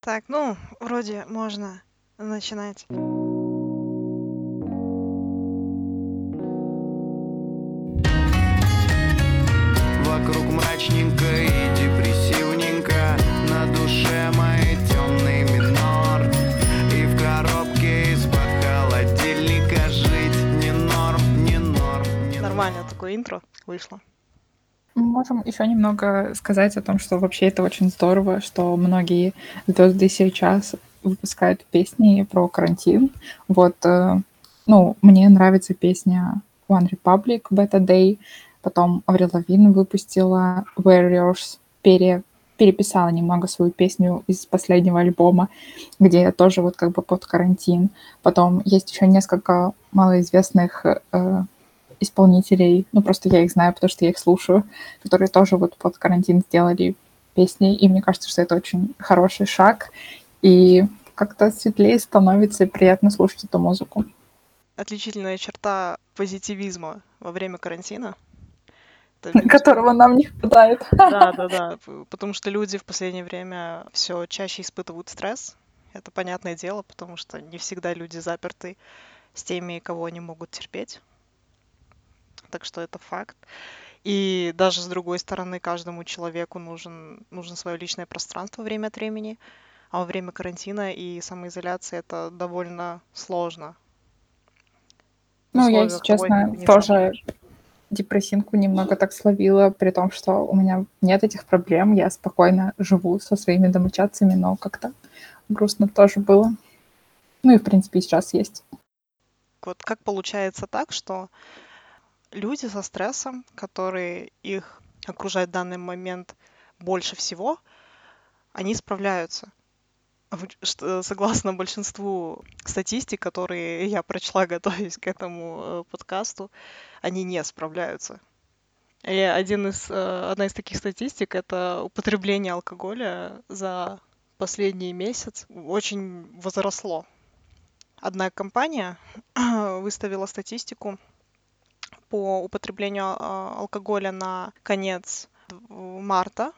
Так, ну, вроде можно начинать. Вокруг мрачненько и депрессивненько, на душе моей темный минор. И в коробке из-под холодильника жить не норм, не норм, не Нормально такое интро вышло. Мы можем еще немного сказать о том, что вообще это очень здорово, что многие звезды сейчас выпускают песни про карантин. Вот, мне нравится песня One Republic Better Day, потом Аврил Лавин выпустила Warriors, переписала немного свою песню из последнего альбома, где тоже вот как бы под карантин. Потом есть еще несколько малоизвестных исполнителей, просто я их знаю, потому что я их слушаю, которые тоже вот под карантин сделали песни, и мне кажется, что это очень хороший шаг, и как-то светлее становится, и приятно слушать эту музыку. Отличительная черта позитивизма во время карантина. Это Которого нам не хватает. Да. Потому что люди в последнее время все чаще испытывают стресс. Это понятное дело, потому что не всегда люди заперты с теми, кого они могут терпеть. Так что это факт. И даже с другой стороны, каждому человеку нужно свое личное пространство время от времени. А во время карантина и самоизоляции это довольно сложно. В Я, условиях если того, если честно, ты не сам. тоже депрессинку немного так словила, при том, что у меня нет этих проблем, я спокойно живу со своими домочадцами, но как-то грустно тоже было. И, в принципе, и сейчас есть. Вот как получается так, что люди со стрессом, которые их окружают в данный момент больше всего, они справляются. Согласно большинству статистик, которые я прочла, готовясь к этому подкасту, они не справляются. И одна из таких статистик — это употребление алкоголя за последний месяц очень возросло. Одна компания выставила статистику по употреблению алкоголя на конец марта.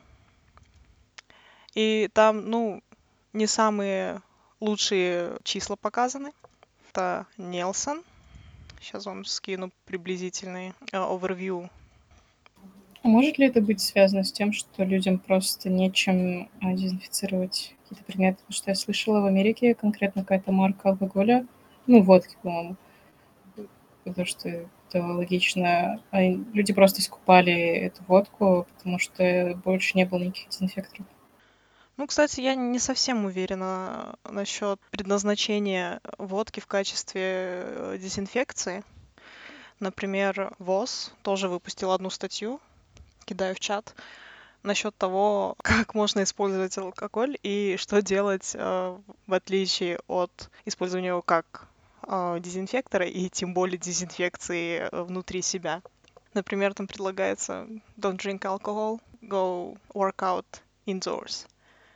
И там, не самые лучшие числа показаны. Это Нелсон. Сейчас вам скину приблизительный overview. Может ли это быть связано с тем, что людям просто нечем дезинфицировать какие-то предметы? Потому что я слышала, в Америке конкретно какая-то марка алкоголя, водки, по-моему, потому что это логично. Люди просто скупали эту водку, потому что больше не было никаких дезинфекторов. Кстати, я не совсем уверена насчет предназначения водки в качестве дезинфекции. Например, ВОЗ тоже выпустил одну статью, кидаю в чат, насчет того, как можно использовать алкоголь и что делать в отличие от использования его как дезинфектора и тем более дезинфекции внутри себя. Например, там предлагается don't drink alcohol, go work out indoors.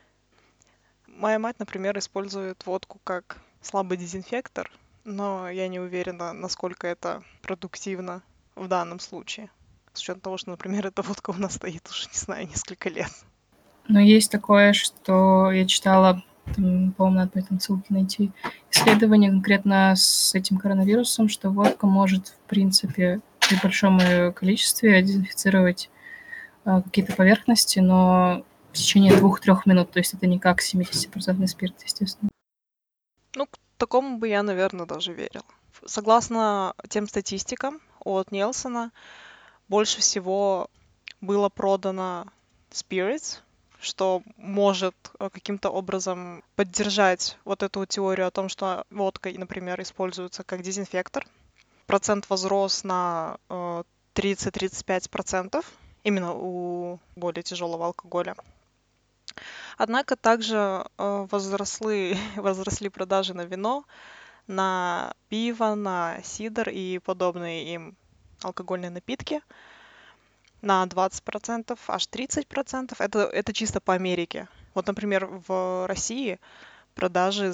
Моя мать, например, использует водку как слабый дезинфектор, но я не уверена, насколько это продуктивно в данном случае. С учетом того, что, например, эта водка у нас стоит уже, не знаю, несколько лет. Но есть такое, что я читала, по-моему, надо потом ссылки найти, исследование конкретно с этим коронавирусом, что водка может, в принципе, при большом количестве дезинфицировать какие-то поверхности, но в течение 2-3 минут. То есть это не как 70% спирт, естественно. К такому бы я, наверное, даже верила. Согласно тем статистикам от Нельсона, больше всего было продано spirits, что может каким-то образом поддержать вот эту теорию о том, что водка, например, используется как дезинфектор. Процент возрос на 30-35% именно у более тяжелого алкоголя. Однако также возросли продажи на вино, на пиво, на сидр и подобные им алкогольные напитки на 20%, аж 30%. Это чисто по Америке. Вот, например, в России продажи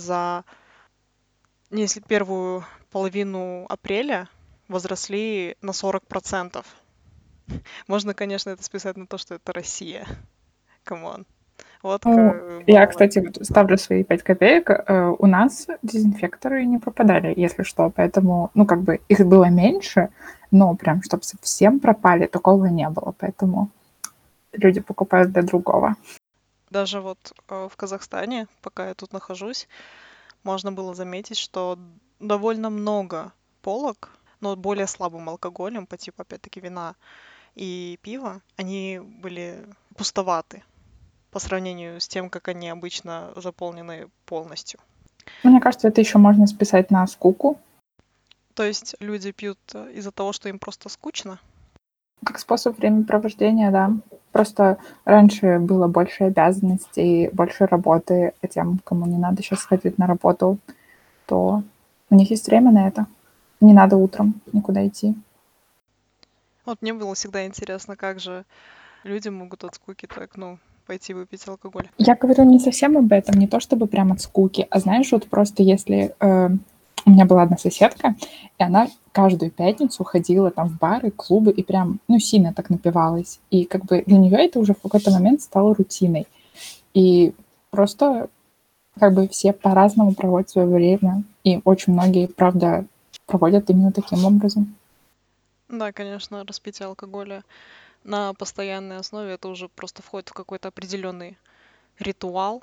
если первую половину апреля возросли на 40%. Можно, конечно, это списать на то, что это Россия. Камон. Водка, Я, балалайка. кстати, вот ставлю свои 5 копеек. У нас дезинфекторы не пропадали, если что, поэтому, ну, как бы их было меньше, но прям, чтобы совсем пропали, такого не было, поэтому люди покупают для другого. Даже вот в Казахстане, пока я тут нахожусь, можно было заметить, что довольно много полок, но более слабым алкоголем, по типу, опять-таки, вина и пива, они были пустоваты по сравнению с тем, как они обычно заполнены полностью. Мне кажется, это еще можно списать на скуку, То есть люди пьют из-за того, что им просто скучно. как способ времяпровождения, да. Просто раньше было больше обязанностей, больше работы, а тем, кому не надо сейчас ходить на работу, то у них есть время на это. Не надо утром никуда идти. Вот мне было всегда интересно, как же люди могут от скуки так, ну, пойти выпить алкоголь. Я говорю не совсем об этом, не то чтобы прям от скуки, а знаешь, вот просто если у меня была одна соседка, и она каждую пятницу ходила там в бары, клубы и прям, ну, сильно так напивалась. И как бы для нее это уже в какой-то момент стало рутиной. И просто как бы все по-разному проводят свое время, и очень многие, правда, проводят именно таким образом. Да, конечно, распитие алкоголя на постоянной основе это уже просто входит в какой-то определенный ритуал.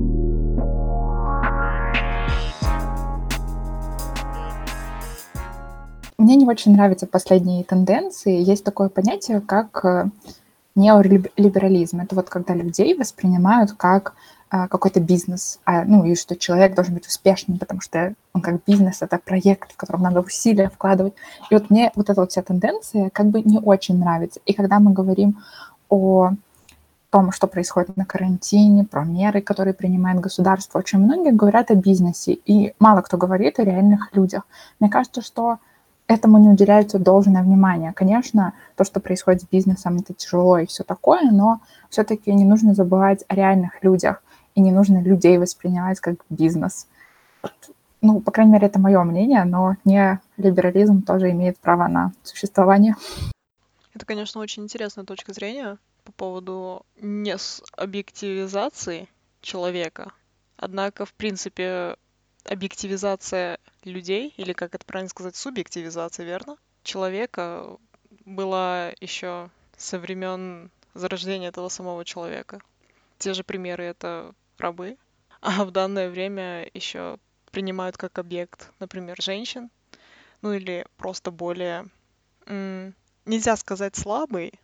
Мне не очень нравятся последние тенденции. Есть такое понятие, как неолиберализм. Это вот когда людей воспринимают как какой-то бизнес, ну и что человек должен быть успешным, потому что он как бизнес, это проект, в котором надо усилия вкладывать. И вот мне вот эта вот вся тенденция как бы не очень нравится. И когда мы говорим о том, что происходит на карантине, про меры, которые принимает государство, очень многие говорят о бизнесе, и мало кто говорит о реальных людях. Мне кажется, что этому не уделяется должное внимание. Конечно, то, что происходит с бизнесом, это тяжело и все такое, но все-таки не нужно забывать о реальных людях, и не нужно людей воспринимать как бизнес. Ну, по крайней мере, это мое мнение, но не либерализм тоже имеет право на существование. Это, конечно, очень интересная точка зрения по поводу объективизации человека. Однако, в принципе, объективизация людей, или как это правильно сказать, субъективизация, верно? Человека была еще со времен зарождения этого самого человека. Те же примеры — это рабы, а в данное время еще принимают как объект, например, женщин, ну или просто более, нельзя сказать слабый,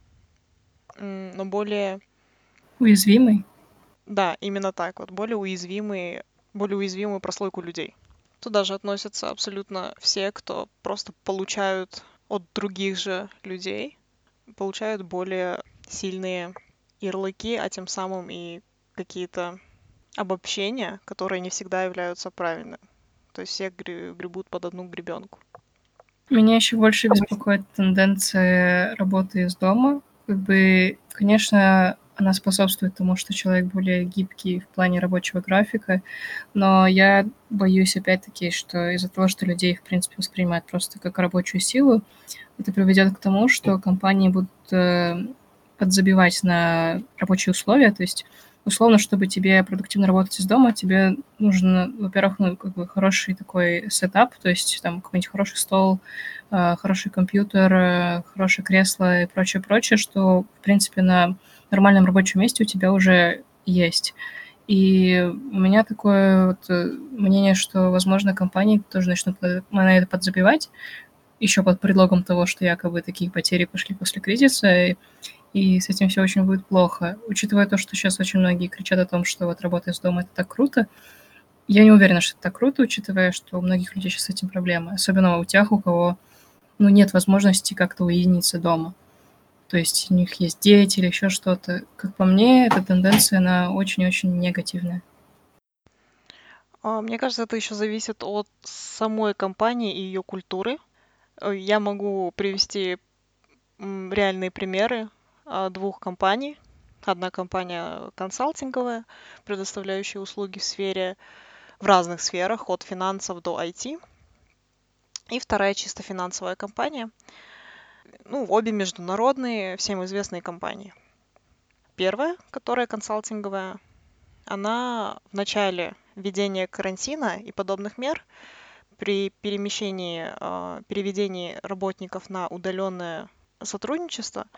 но более, Уязвимый. да, именно так, вот более уязвимую прослойку людей. Туда же относятся абсолютно все, кто просто получают от других же людей, получают более сильные ярлыки, а тем самым и какие-то обобщения, которые не всегда являются правильными. То есть все гребут под одну гребенку. Меня еще больше беспокоит тенденция работы из дома. Как бы, конечно, она способствует тому, что человек более гибкий в плане рабочего графика, но я боюсь, опять-таки, что из-за того, что людей, в принципе, воспринимают просто как рабочую силу, это приведет к тому, что компании будут подзабивать на рабочие условия. То есть, условно, чтобы тебе продуктивно работать из дома, тебе нужен, во-первых, ну, как бы хороший такой сетап, то есть там какой-нибудь хороший стол, хороший компьютер, хорошее кресло и прочее, что, в принципе, на нормальном рабочем месте у тебя уже есть. И у меня такое вот мнение, что, возможно, компании тоже начнут на это подзабивать, еще под предлогом того, что якобы такие потери пошли после кризиса, и с этим все очень будет плохо. Учитывая то, что сейчас очень многие кричат о том, что вот работа из дома — это так круто, я не уверена, что это так круто, учитывая, что у многих людей сейчас с этим проблемы. Особенно у тех, у кого ну, нет возможности как-то уединиться дома. То есть у них есть дети или еще что-то. Как по мне, эта тенденция, она очень-очень негативная. Мне кажется, это еще зависит от самой компании и ее культуры. Я могу привести реальные примеры двух компаний. Одна компания консалтинговая, предоставляющая услуги в разных сферах, от финансов до IT. И вторая чисто финансовая компания. Ну, обе международные, всем известные компании. Первая, которая консалтинговая, она в начале введения карантина и подобных мер при переведении работников на удаленное сотрудничество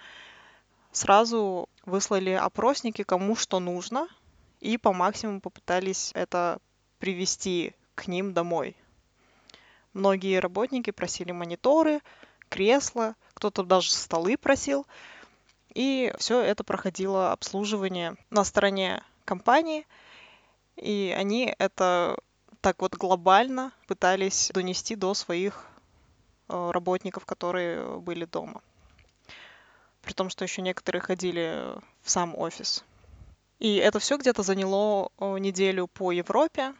сразу выслали опросники, кому что нужно, и по максимуму попытались это привести к ним домой. Многие работники просили мониторы, кресла, кто-то даже столы просил, и все это проходило обслуживание на стороне компании, и они это так вот глобально пытались донести до своих работников, которые были дома. При том, что еще некоторые ходили в сам офис. И это все где-то заняло неделю по Европе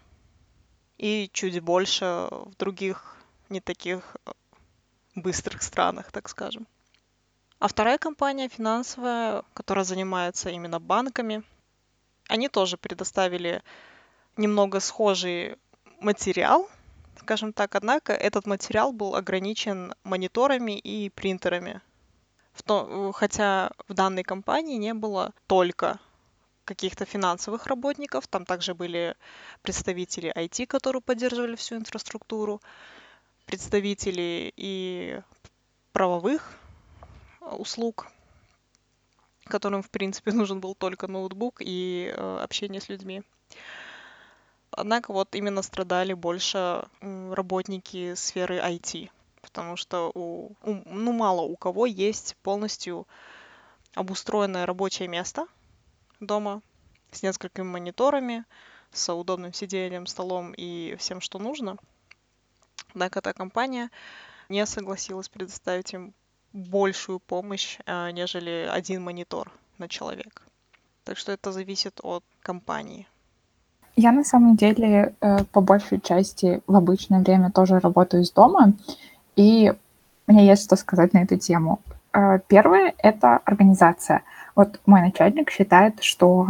и чуть больше в других не таких быстрых странах, так скажем. А вторая компания финансовая, которая занимается именно банками, они тоже предоставили немного схожий материал, скажем так, однако этот материал был ограничен мониторами и принтерами. Хотя в данной компании не было только каких-то финансовых работников, там также были представители IT, которые поддерживали всю инфраструктуру, представители и правовых услуг, которым, в принципе, нужен был только ноутбук и общение с людьми. Однако вот именно страдали больше работники сферы IT, потому что мало у кого есть полностью обустроенное рабочее место дома с несколькими мониторами, с удобным сиденьем, столом и всем, что нужно. Однако эта компания не согласилась предоставить им большую помощь, нежели один монитор на человека. Так что это зависит от компании. Я на самом деле по большей части в обычное время тоже работаю из дома, и мне есть что сказать на эту тему. Первое — это организация. Вот мой начальник считает, что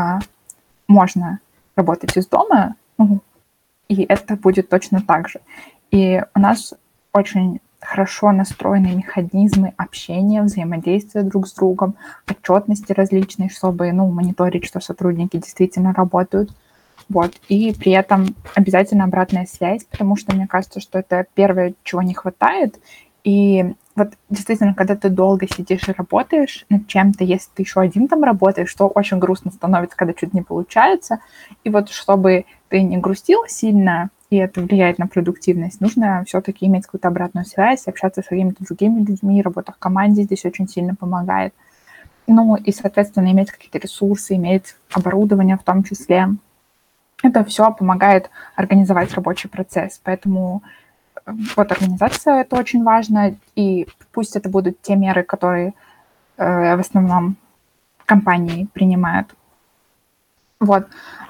можно работать из дома, и это будет точно так же. И у нас очень хорошо настроены механизмы общения, взаимодействия друг с другом, отчетности различные, чтобы мониторить, что сотрудники действительно работают. Вот. И при этом обязательно обратная связь, потому что мне кажется, что это первое, чего не хватает. И вот действительно, когда ты долго сидишь и работаешь над чем-то, если ты еще один там работаешь, что очень грустно становится, когда что-то не получается. И вот чтобы ты не грустил сильно, и это влияет на продуктивность, нужно все-таки иметь какую-то обратную связь, общаться с какими-то другими людьми, работа в команде здесь очень сильно помогает. И, соответственно, иметь какие-то ресурсы, иметь оборудование в том числе. Это все помогает организовать рабочий процесс. Поэтому вот организация — это очень важно, и пусть это будут те меры, которые в основном компании принимают. Вот.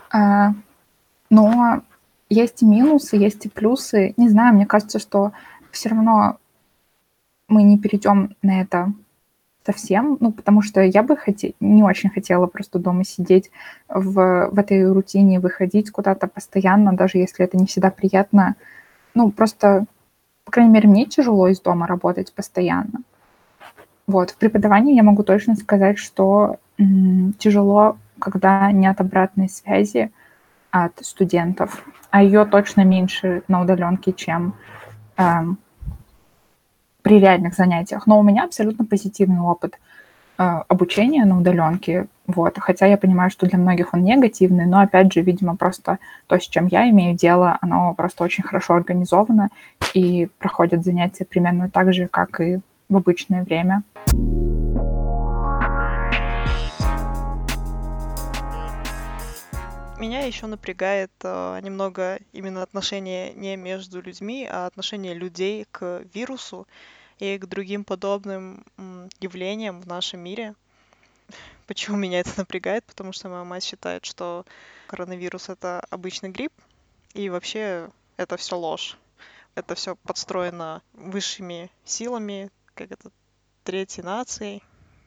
Но есть и минусы, есть и плюсы. Не знаю, мне кажется, что все равно мы не перейдем на это совсем, потому что я бы не очень хотела просто дома сидеть в этой рутине, выходить куда-то постоянно, даже если это не всегда приятно. Просто, по крайней мере, мне тяжело из дома работать постоянно. Вот, в преподавании я могу точно сказать, что тяжело, когда нет обратной связи от студентов, а ее точно меньше на удаленке, чем при реальных занятиях. Но у меня абсолютно позитивный опыт обучения на удаленке. Вот. Хотя я понимаю, что для многих он негативный, но, опять же, видимо, просто то, с чем я имею дело, оно просто очень хорошо организовано и проходят занятия примерно так же, как и в обычное время. Меня еще напрягает немного именно отношение не между людьми, а отношение людей к вирусу и к другим подобным явлениям в нашем мире. Почему меня это напрягает? Потому что моя мать считает, что коронавирус — это обычный грипп, и вообще это все ложь. Это все подстроено высшими силами, как это, третьей нацией,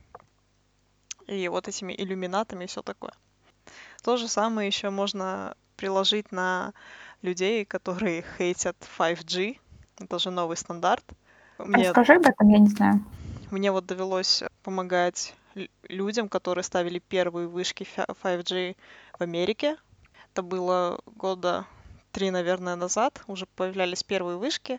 и вот этими иллюминатами и все такое. То же самое еще можно приложить на людей, которые хейтят 5G. Это же новый стандарт. Расскажи об этом, я не знаю. Мне вот довелось помогать людям, которые ставили первые вышки 5G в Америке. Это было года 3, наверное, назад. Уже появлялись первые вышки.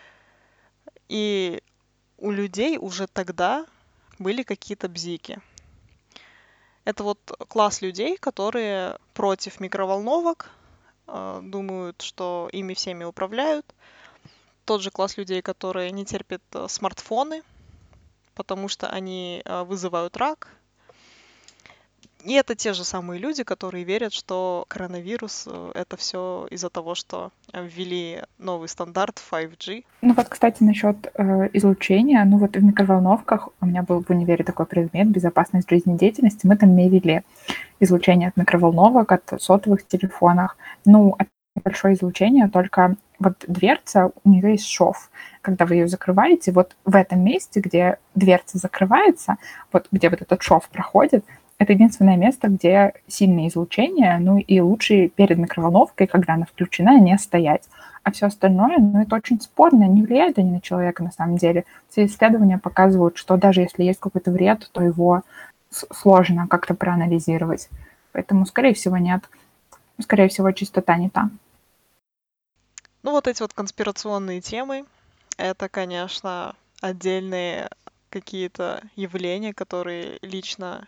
И у людей уже тогда были какие-то бзики. Это вот класс людей, которые против микроволновок, думают, что ими всеми управляют. Тот же класс людей, которые не терпят смартфоны, потому что они вызывают рак. И это те же самые люди, которые верят, что коронавирус это все из-за того, что ввели новый стандарт 5G. Ну вот, кстати, насчет излучения. Ну вот в микроволновках у меня был в универе такой предмет «Безопасность жизнедеятельности». Мы там мерили излучение от микроволновок, от сотовых телефонов. Ну, это большое излучение, только вот дверца, у нее есть шов. Когда вы ее закрываете, вот в этом месте, где дверца закрывается, вот где вот этот шов проходит, это единственное место, где сильное излучение, ну и лучше перед микроволновкой, когда она включена, не стоять. А все остальное, ну, это очень спорно, не влияют они на человека на самом деле. Все исследования показывают, что даже если есть какой-то вред, то его сложно как-то проанализировать. Поэтому, скорее всего, нет. Скорее всего, частота не та. Ну, вот эти вот конспирационные темы, это, конечно, отдельные какие-то явления, которые лично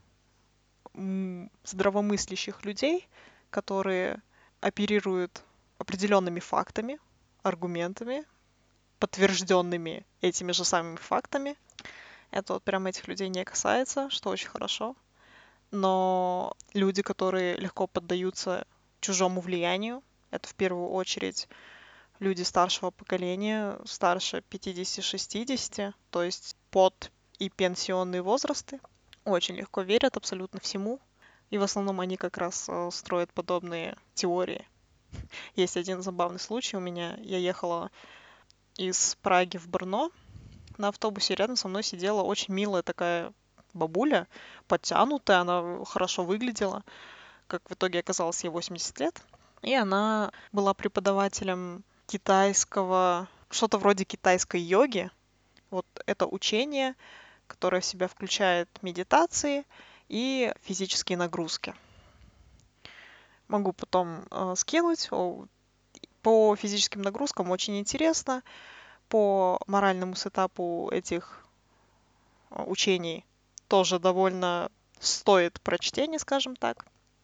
здравомыслящих людей, которые оперируют определенными фактами, аргументами, подтвержденными этими же самыми фактами. Это вот прям этих людей не касается, что очень хорошо. Но люди, которые легко поддаются чужому влиянию, это в первую очередь люди старшего поколения, старше 50-60, то есть под и пенсионные возрасты, очень легко верят абсолютно всему. И в основном они как раз строят подобные теории. Есть один забавный случай у меня. Я ехала из Праги в Брно. На автобусе рядом со мной сидела очень милая такая бабуля, подтянутая, она хорошо выглядела. Как в итоге оказалось, ей 80 лет. И она была преподавателем китайского, что-то вроде китайской йоги. Вот это учение, которое в себя включает медитации и физические нагрузки. Могу потом скинуть. По физическим нагрузкам очень интересно. По моральному сетапу этих учений тоже довольно стоит прочтения, скажем так.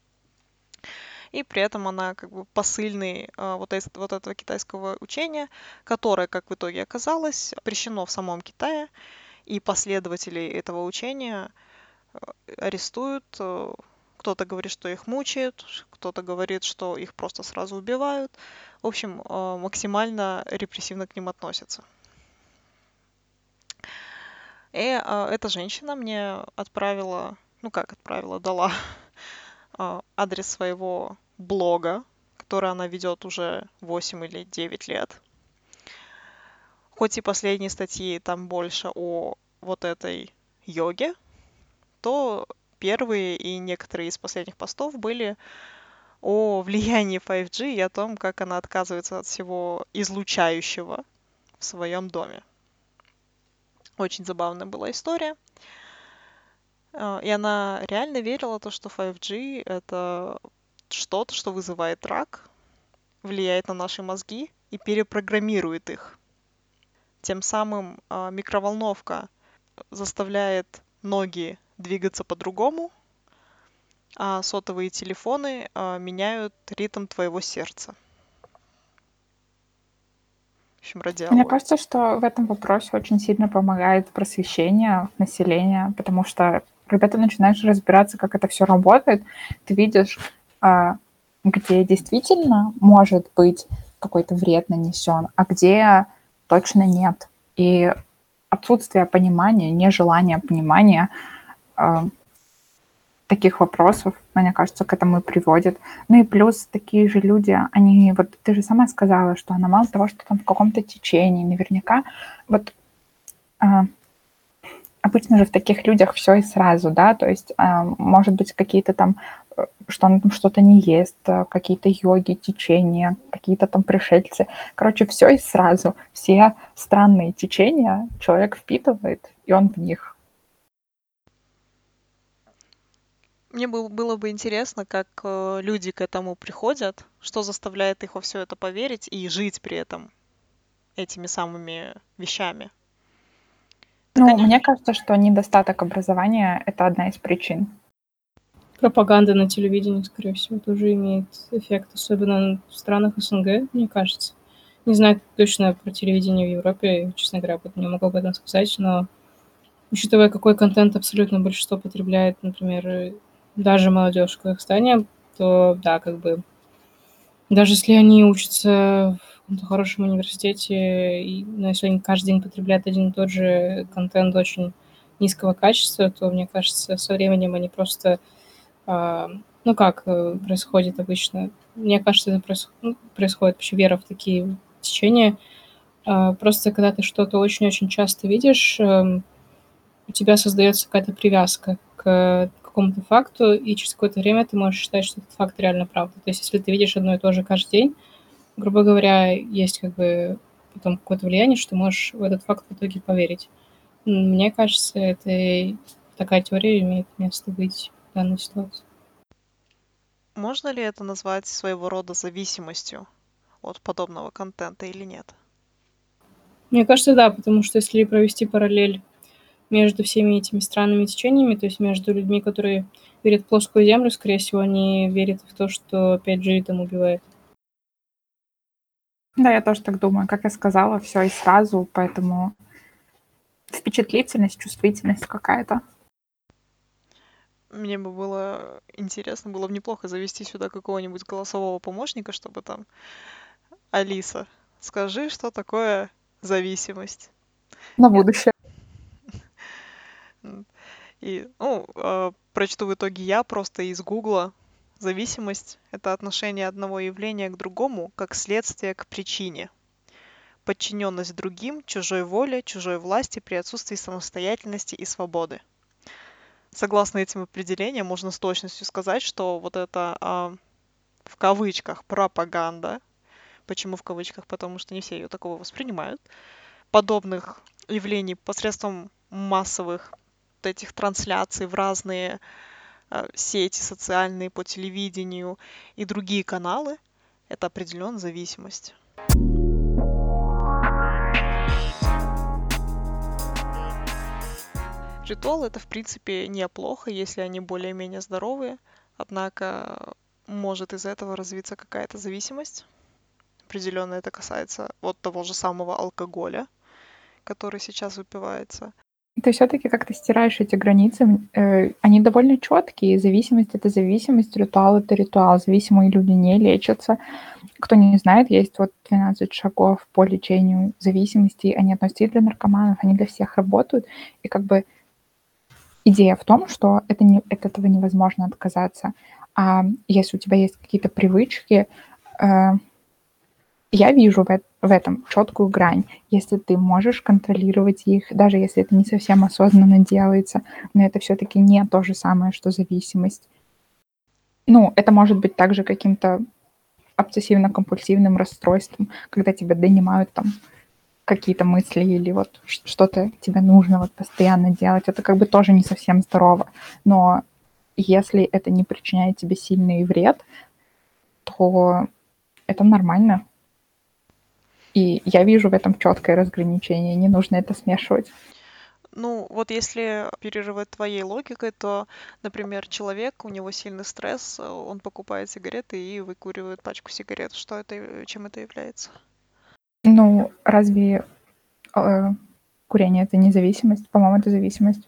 И при этом она как бы посыльный вот этого китайского учения, которое, как в итоге оказалось, запрещено в самом Китае. И последователей этого учения арестуют. Кто-то говорит, что их мучают, кто-то говорит, что их просто сразу убивают. В общем, максимально репрессивно к ним относятся. И эта женщина мне отправила, дала адрес своего блога, который она ведет уже 8 или 9 лет. Хоть и последние статьи там больше о вот этой йоге, то первые и некоторые из последних постов были о влиянии 5G и о том, как она отказывается от всего излучающего в своем доме. Очень забавная была история. И она реально верила в то, что 5G — это что-то, что вызывает рак, влияет на наши мозги и перепрограммирует их. Тем самым микроволновка заставляет ноги двигаться по-другому, а сотовые телефоны меняют ритм твоего сердца. В общем, ради Мне алоэ. кажется, что в этом вопросе очень сильно помогает просвещение населения, потому что когда ты начинаешь разбираться, как это все работает, ты видишь, где действительно может быть какой-то вред нанесен, а где точно нет. И отсутствие понимания, нежелание понимания таких вопросов, мне кажется, к этому и приводит. Ну и плюс такие же люди, они, вот ты же сама сказала, что она мало того, что там в каком-то течении, наверняка, вот обычно же в таких людях все и сразу, да, то есть может быть какие-то там, что он там что-то не ест, какие-то йоги, течения, какие-то там пришельцы. Короче, все и сразу. Все странные течения человек впитывает, и он в них. Мне было бы интересно, как люди к этому приходят, что заставляет их во все это поверить и жить при этом этими самыми вещами. Да, Ну, конечно. мне кажется, что недостаток образования — это одна из причин. Пропаганда на телевидении, скорее всего, тоже имеет эффект, особенно в странах СНГ, мне кажется. Не знаю точно про телевидение в Европе, честно говоря, не могу об этом сказать, но учитывая, какой контент абсолютно большинство потребляет, например, даже молодежь в Казахстане, то да, как бы даже если они учатся в каком-то хорошем университете, но если они каждый день потребляют один и тот же контент очень низкого качества, то, мне кажется, со временем они просто ну, как происходит обычно. Мне кажется, это происходит вообще вера в такие течения. Просто когда ты что-то очень-очень часто видишь, у тебя создается какая-то привязка к какому-то факту, и через какое-то время ты можешь считать, что этот факт реально правда. То есть если ты видишь одно и то же каждый день, грубо говоря, есть как бы потом какое-то влияние, что ты можешь в этот факт в итоге поверить. Мне кажется, такая теория имеет место быть в данной ситуации. Можно ли это назвать своего рода зависимостью от подобного контента или нет? Мне кажется, да, потому что если провести параллель между всеми этими странными течениями, то есть между людьми, которые верят в плоскую землю, скорее всего, они верят в то, что 5G там убивает. Да, я тоже так думаю. Как я сказала, все и сразу, поэтому впечатлительность, чувствительность какая-то. Мне бы было интересно, было бы неплохо завести сюда какого-нибудь голосового помощника, чтобы там: Алиса, скажи, что такое зависимость. На будущее. И, прочту в итоге я просто из Гугла. Зависимость — это отношение одного явления к другому как следствие к причине. Подчиненность другим, чужой воле, чужой власти при отсутствии самостоятельности и свободы. Согласно этим определениям, можно с точностью сказать, что вот это в кавычках пропаганда. Почему в кавычках? Потому что не все ее такого воспринимают. Подобных явлений посредством массовых вот этих трансляций в разные сети социальные по телевидению и другие каналы — это определенная зависимость. Ритуалы — это, в принципе, неплохо, если они более-менее здоровые, однако может из этого развиться какая-то зависимость. Определенно это касается вот того же самого алкоголя, который сейчас выпивается. Ты все-таки как-то стираешь эти границы. Они довольно четкие. Зависимость — это зависимость, ритуал — это ритуал. Зависимые люди не лечатся. Кто не знает, есть вот 12 шагов по лечению зависимости. Они относятся и для наркоманов, они для всех работают. И как бы идея в том, что от этого невозможно отказаться. А если у тебя есть какие-то привычки, я вижу в этом четкую грань. Если ты можешь контролировать их, даже если это не совсем осознанно делается, но это все-таки не то же самое, что зависимость. Ну, это может быть также каким-то обсессивно-компульсивным расстройством, когда тебя донимают там какие-то мысли или вот что-то тебе нужно вот постоянно делать. Это как бы тоже не совсем здорово. Но если это не причиняет тебе сильный вред, то это нормально. И я вижу в этом четкое разграничение, не нужно это смешивать. Ну, вот если оперировать твоей логикой, то, например, человек, у него сильный стресс, он покупает сигареты и выкуривает пачку сигарет. Чем это является? Ну, разве курение — это не зависимость? По-моему, это зависимость.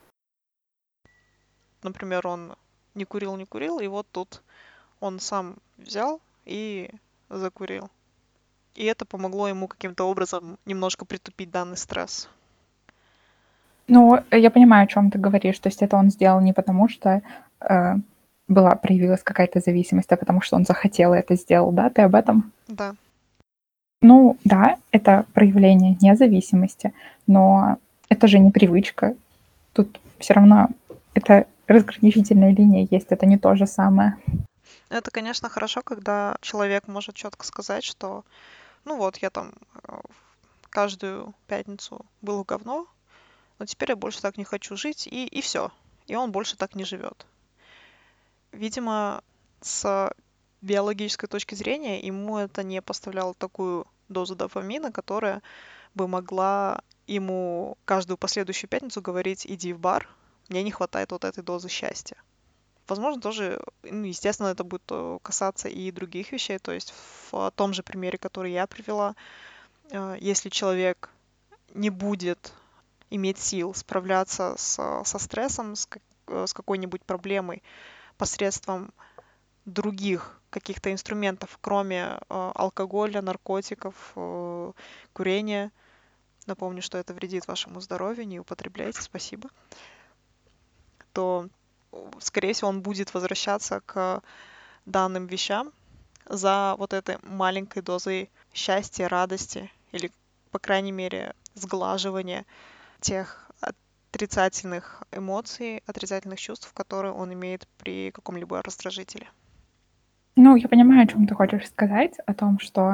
Например, он не курил, и вот тут он сам взял и закурил. И это помогло ему каким-то образом немножко притупить данный стресс. Ну, я понимаю, о чем ты говоришь. То есть это он сделал не потому, что проявилась какая-то зависимость, а потому что он захотел и это сделал, да? Ты об этом? Да. Ну, да, это проявление независимости, но это же не привычка. Тут все равно это разграничительная линия есть, это не то же самое. Это, конечно, хорошо, когда человек может четко сказать, что, ну вот, я там каждую пятницу был в говно, но теперь я больше так не хочу жить, и все. И он больше так не живет. видимо, с биологической точки зрения ему это не поставляло такую дозу дофамина, которая бы могла ему каждую последующую пятницу говорить: иди в бар, мне не хватает вот этой дозы счастья. Возможно, тоже, естественно, это будет касаться и других вещей. То есть в том же примере, который я привела, если человек не будет иметь сил справляться со стрессом, с какой-нибудь проблемой посредством других каких-то инструментов, кроме алкоголя, наркотиков, курения. Напомню, что это вредит вашему здоровью, не употребляйте, спасибо. То, скорее всего, он будет возвращаться к данным вещам за вот этой маленькой дозой счастья, радости или, по крайней мере, сглаживания тех отрицательных эмоций, отрицательных чувств, которые он имеет при каком-либо раздражителе. Ну, я понимаю, о чем ты хочешь сказать, о том, что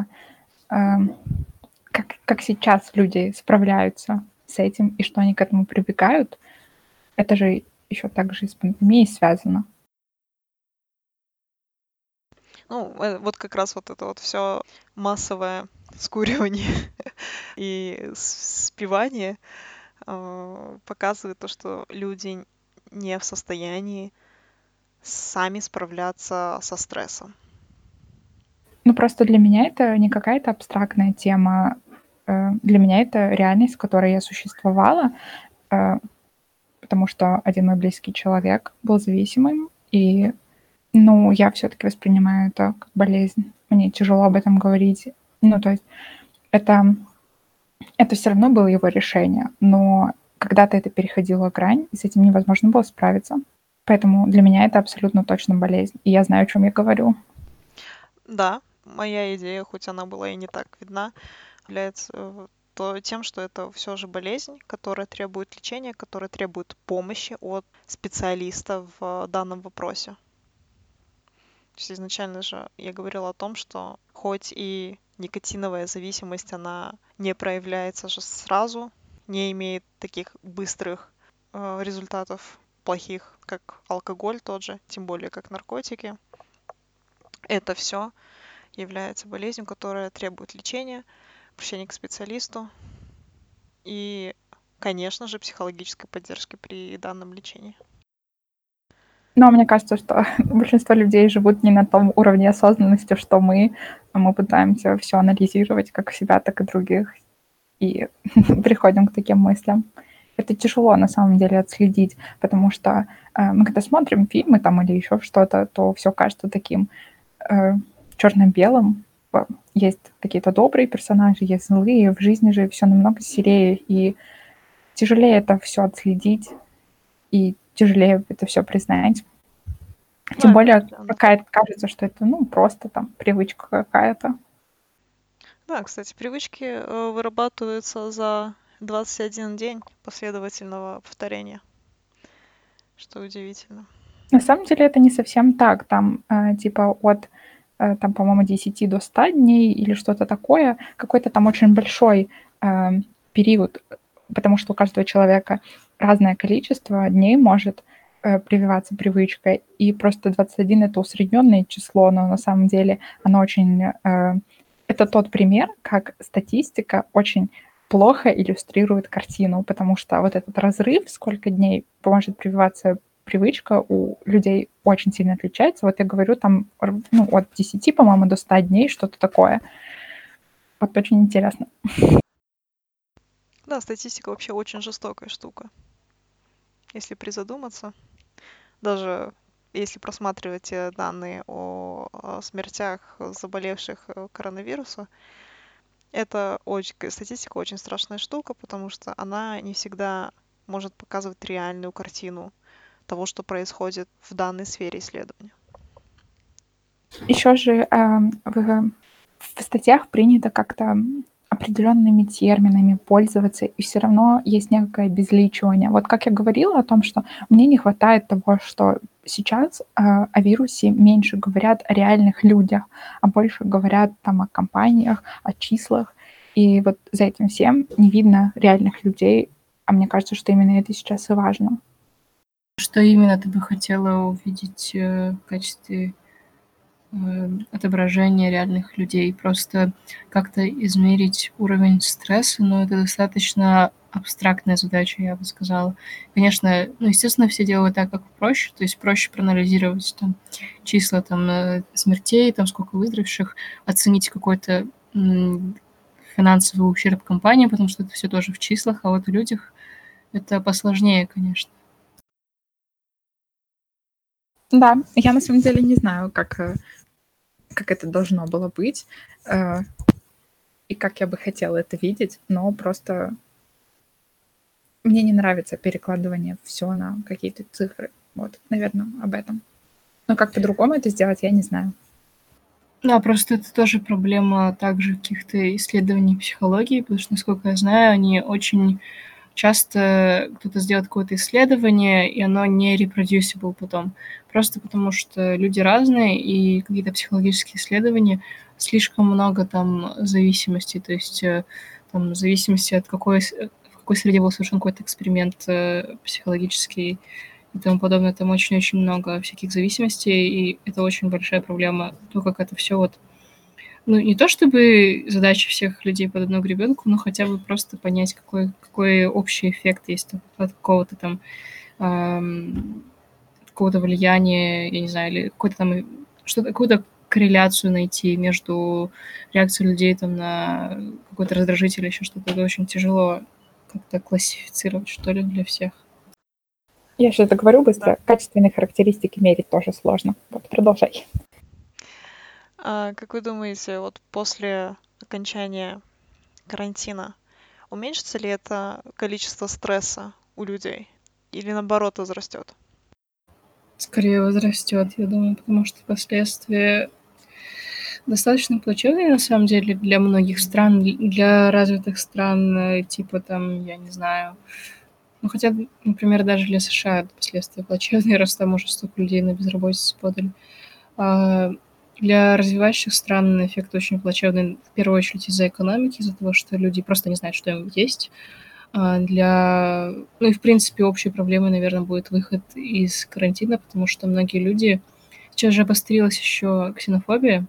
как сейчас люди справляются с этим и что они к этому прибегают. Это же еще также с пандемией связано. Ну, вот как раз вот это вот все массовое скуривание и спивание показывает то, что люди не в состоянии сами справляться со стрессом. Ну, просто для меня это не какая-то абстрактная тема. Для меня это реальность, в которой я существовала, потому что один мой близкий человек был зависимым, и, ну, я все-таки воспринимаю это как болезнь. Мне тяжело об этом говорить. Ну, то есть это все равно было его решение, но когда-то это переходило грань, и с этим невозможно было справиться. Поэтому для меня это абсолютно точно болезнь, и я знаю, о чем я говорю. Да, моя идея, хоть она была и не так видна, является тем, что это все же болезнь, которая требует лечения, которая требует помощи от специалиста в данном вопросе. То есть изначально же я говорила о том, что хоть и никотиновая зависимость, она не проявляется же сразу, не имеет таких быстрых результатов плохих, как алкоголь тот же, тем более как наркотики. Это все является болезнью, которая требует лечения, обращения к специалисту и, конечно же, психологической поддержки при данном лечении. Но мне кажется, что большинство людей живут не на том уровне осознанности, что мы пытаемся все анализировать как себя, так и других, и приходим к таким мыслям. Это тяжело на самом деле отследить, потому что мы когда смотрим фильмы там или еще что-то, то все кажется таким черно-белым. Есть какие-то добрые персонажи, есть злые. В жизни же все намного серее, и тяжелее это все отследить, и тяжелее это все признать. Тем более, пока кажется, что это, просто там привычка какая-то. Да, кстати, привычки вырабатываются за 21 день последовательного повторения, что удивительно. На самом деле это не совсем так. Там типа от, там, по-моему, 10 до 100 дней или что-то такое. Какой-то там очень большой период, потому что у каждого человека разное количество дней может прививаться привычка. И просто 21 — это усредненное число, но на самом деле оно очень... это тот пример, как статистика очень плохо иллюстрирует картину, потому что вот этот разрыв, сколько дней может прививаться привычка, у людей очень сильно отличается. Вот я говорю, там от 10, по-моему, до 100 дней, что-то такое. Вот очень интересно. Да, статистика вообще очень жестокая штука. Если призадуматься, даже если просматривать данные о смертях заболевших коронавирусом, статистика очень страшная штука, потому что она не всегда может показывать реальную картину того, что происходит в данной сфере исследования. Еще же в статьях принято как-то определенными терминами пользоваться, и все равно есть некое безличивание. Вот как я говорила о том, что мне не хватает того, что сейчас о вирусе меньше говорят о реальных людях, а больше говорят там о компаниях, о числах. И вот за этим всем не видно реальных людей, а мне кажется, что именно это сейчас и важно. Что именно ты бы хотела увидеть в качестве отображения реальных людей? Просто как-то измерить уровень стресса, но это достаточно абстрактная задача, я бы сказала. Конечно, ну, естественно, все делают так, как проще, то есть проще проанализировать там числа там смертей, там сколько выздоровевших, оценить какой-то финансовый ущерб компании, потому что это все тоже в числах, а вот в людях это посложнее, конечно. Да, я на самом деле не знаю, как это должно было быть, э, и как я бы хотела это видеть, но просто мне не нравится перекладывание все на какие-то цифры. Вот, наверное, об этом. Но как по-другому это сделать, я не знаю. Да, просто это тоже проблема также каких-то исследований психологии, потому что, насколько я знаю, они очень часто кто-то сделает какое-то исследование, и оно не reproducible потом. Просто потому что люди разные, и какие-то психологические исследования слишком много там зависимостей, то есть там в зависимости от в какой среде был совершен какой-то эксперимент психологический и тому подобное. Там очень-очень много всяких зависимостей, и это очень большая проблема. То, как это все вот... Ну, не то чтобы задача всех людей под одну гребенку, но хотя бы просто понять, какой общий эффект есть от какого-то там какого-то влияния, я не знаю, или какой-то там что-то, какую-то корреляцию найти между реакцией людей там на какой-то раздражитель или еще что-то. Это очень тяжело как-то классифицировать, что ли, для всех. Я сейчас договорю быстро. Качественные характеристики мерить тоже сложно. Вот, продолжай. Как вы думаете, вот после окончания карантина уменьшится ли это количество стресса у людей или наоборот возрастет? Скорее возрастет, я думаю, потому что последствия достаточно плачевные, на самом деле, для многих стран, для развитых стран, типа там, я не знаю, ну, хотя, например, даже для США последствия плачевные, раз там уже столько людей на безработице подали. А, Для развивающих стран эффект очень плачевный, в первую очередь из-за экономики, из-за того, что люди просто не знают, что им есть. Ну и, в принципе, общей проблемой, наверное, будет выход из карантина, потому что многие люди... Сейчас же обострилась еще ксенофобия.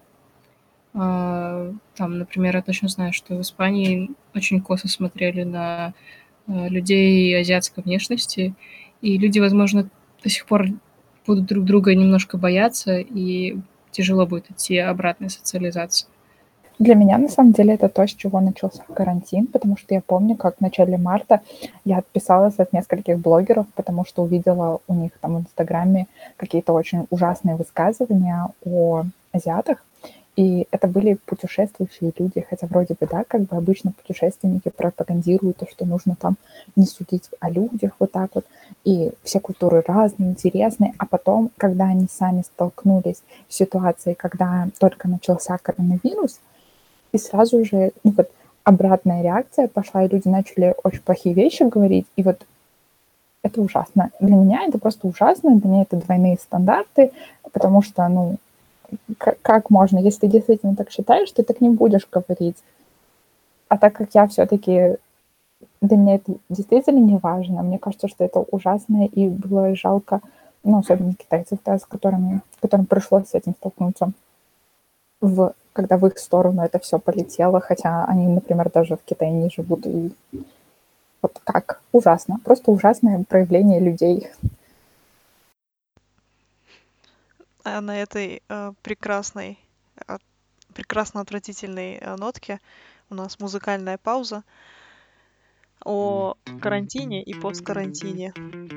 Там, например, я точно знаю, что в Испании очень косо смотрели на людей азиатской внешности, и люди, возможно, до сих пор будут друг друга немножко бояться, и тяжело будет идти обратная социализация. Для меня, на самом деле, это то, с чего начался карантин, потому что я помню, как в начале марта я отписалась от нескольких блогеров, потому что увидела у них там в Инстаграме какие-то очень ужасные высказывания о азиатах, и это были путешествующие люди, хотя вроде бы, да, как бы обычно путешественники пропагандируют то, что нужно там не судить о людях вот так вот, и все культуры разные, интересные, а потом, когда они сами столкнулись с ситуацией, когда только начался коронавирус, и сразу же, ну вот, обратная реакция пошла, и люди начали очень плохие вещи говорить, и вот это ужасно. Для меня это просто ужасно, для меня это двойные стандарты, потому что, ну, как можно, если ты действительно так считаешь, ты так не будешь говорить. А так как я все-таки, для меня это действительно не важно, мне кажется, что это ужасно, и было жалко, ну, особенно китайцев, да, которым пришлось с этим столкнуться, когда в их сторону это все полетело, хотя они, например, даже в Китае не живут. И вот как? Ужасно. Просто ужасное проявление людей. А на этой прекрасно отвратительной нотке у нас музыкальная пауза о карантине и посткарантине.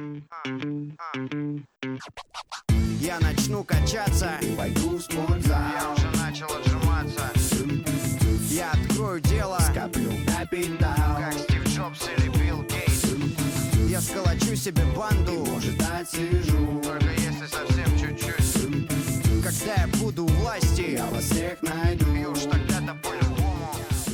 Я начну качаться, пойду в спортзал. Я уже начал отжиматься. Я открою дело, скоплю капитал, как Стив Джобс или Билл Гейтс. Я сколочу себе банду, может, отсижу, только если совсем чуть-чуть. Когда я буду у власти, я вас всех найду, и уж тогда-то по-любому.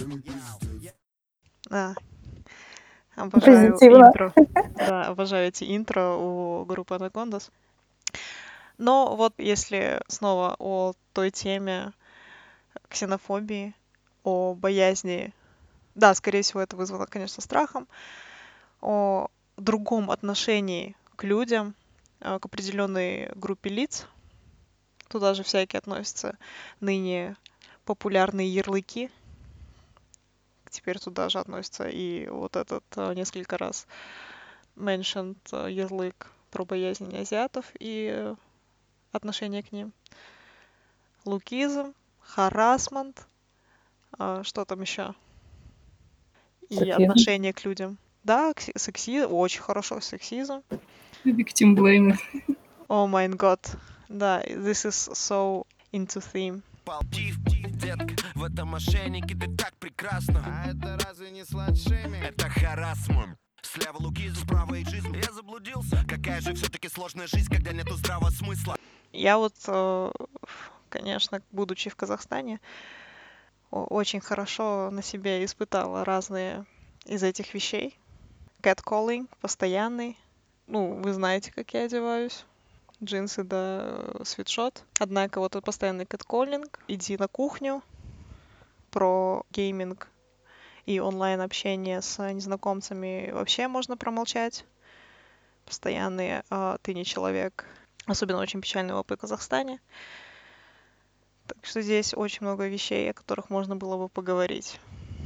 Обожаю Позитивно. интро. Да, обожаю эти интро у группы Anacondas. Но вот если снова о той теме ксенофобии, о боязни, да, скорее всего, это вызвано, конечно, страхом, о другом отношении к людям, к определенной группе лиц. Туда же всякие относятся ныне популярные ярлыки. Теперь туда же относится и вот этот несколько раз mentioned ярлык про боязнь азиатов и отношение к ним. Лукизм, харассмент, что там еще? И Сексизм. отношение к людям. Да, сексизм, очень хорошо, сексизм. Victim blaming. О май год. Да, this is so into theme. Детка, в этом мошеннике ты так прекрасна. А это разве не сладшими? Это харассмент. Слева лукизм, справа эйджизм. Я заблудился. Какая же все-таки сложная жизнь, когда нету здравого смысла. Я вот, конечно, будучи в Казахстане, очень хорошо на себе испытала разные из этих вещей. Catcalling постоянный. Ну, вы знаете, как я одеваюсь. Джинсы да свитшот. Однако вот этот постоянный кэтколлинг, иди на кухню, про гейминг и онлайн-общение с незнакомцами вообще можно промолчать. Постоянный ты не человек. Особенно очень печальный опыт в Казахстане. Так что здесь очень много вещей, о которых можно было бы поговорить.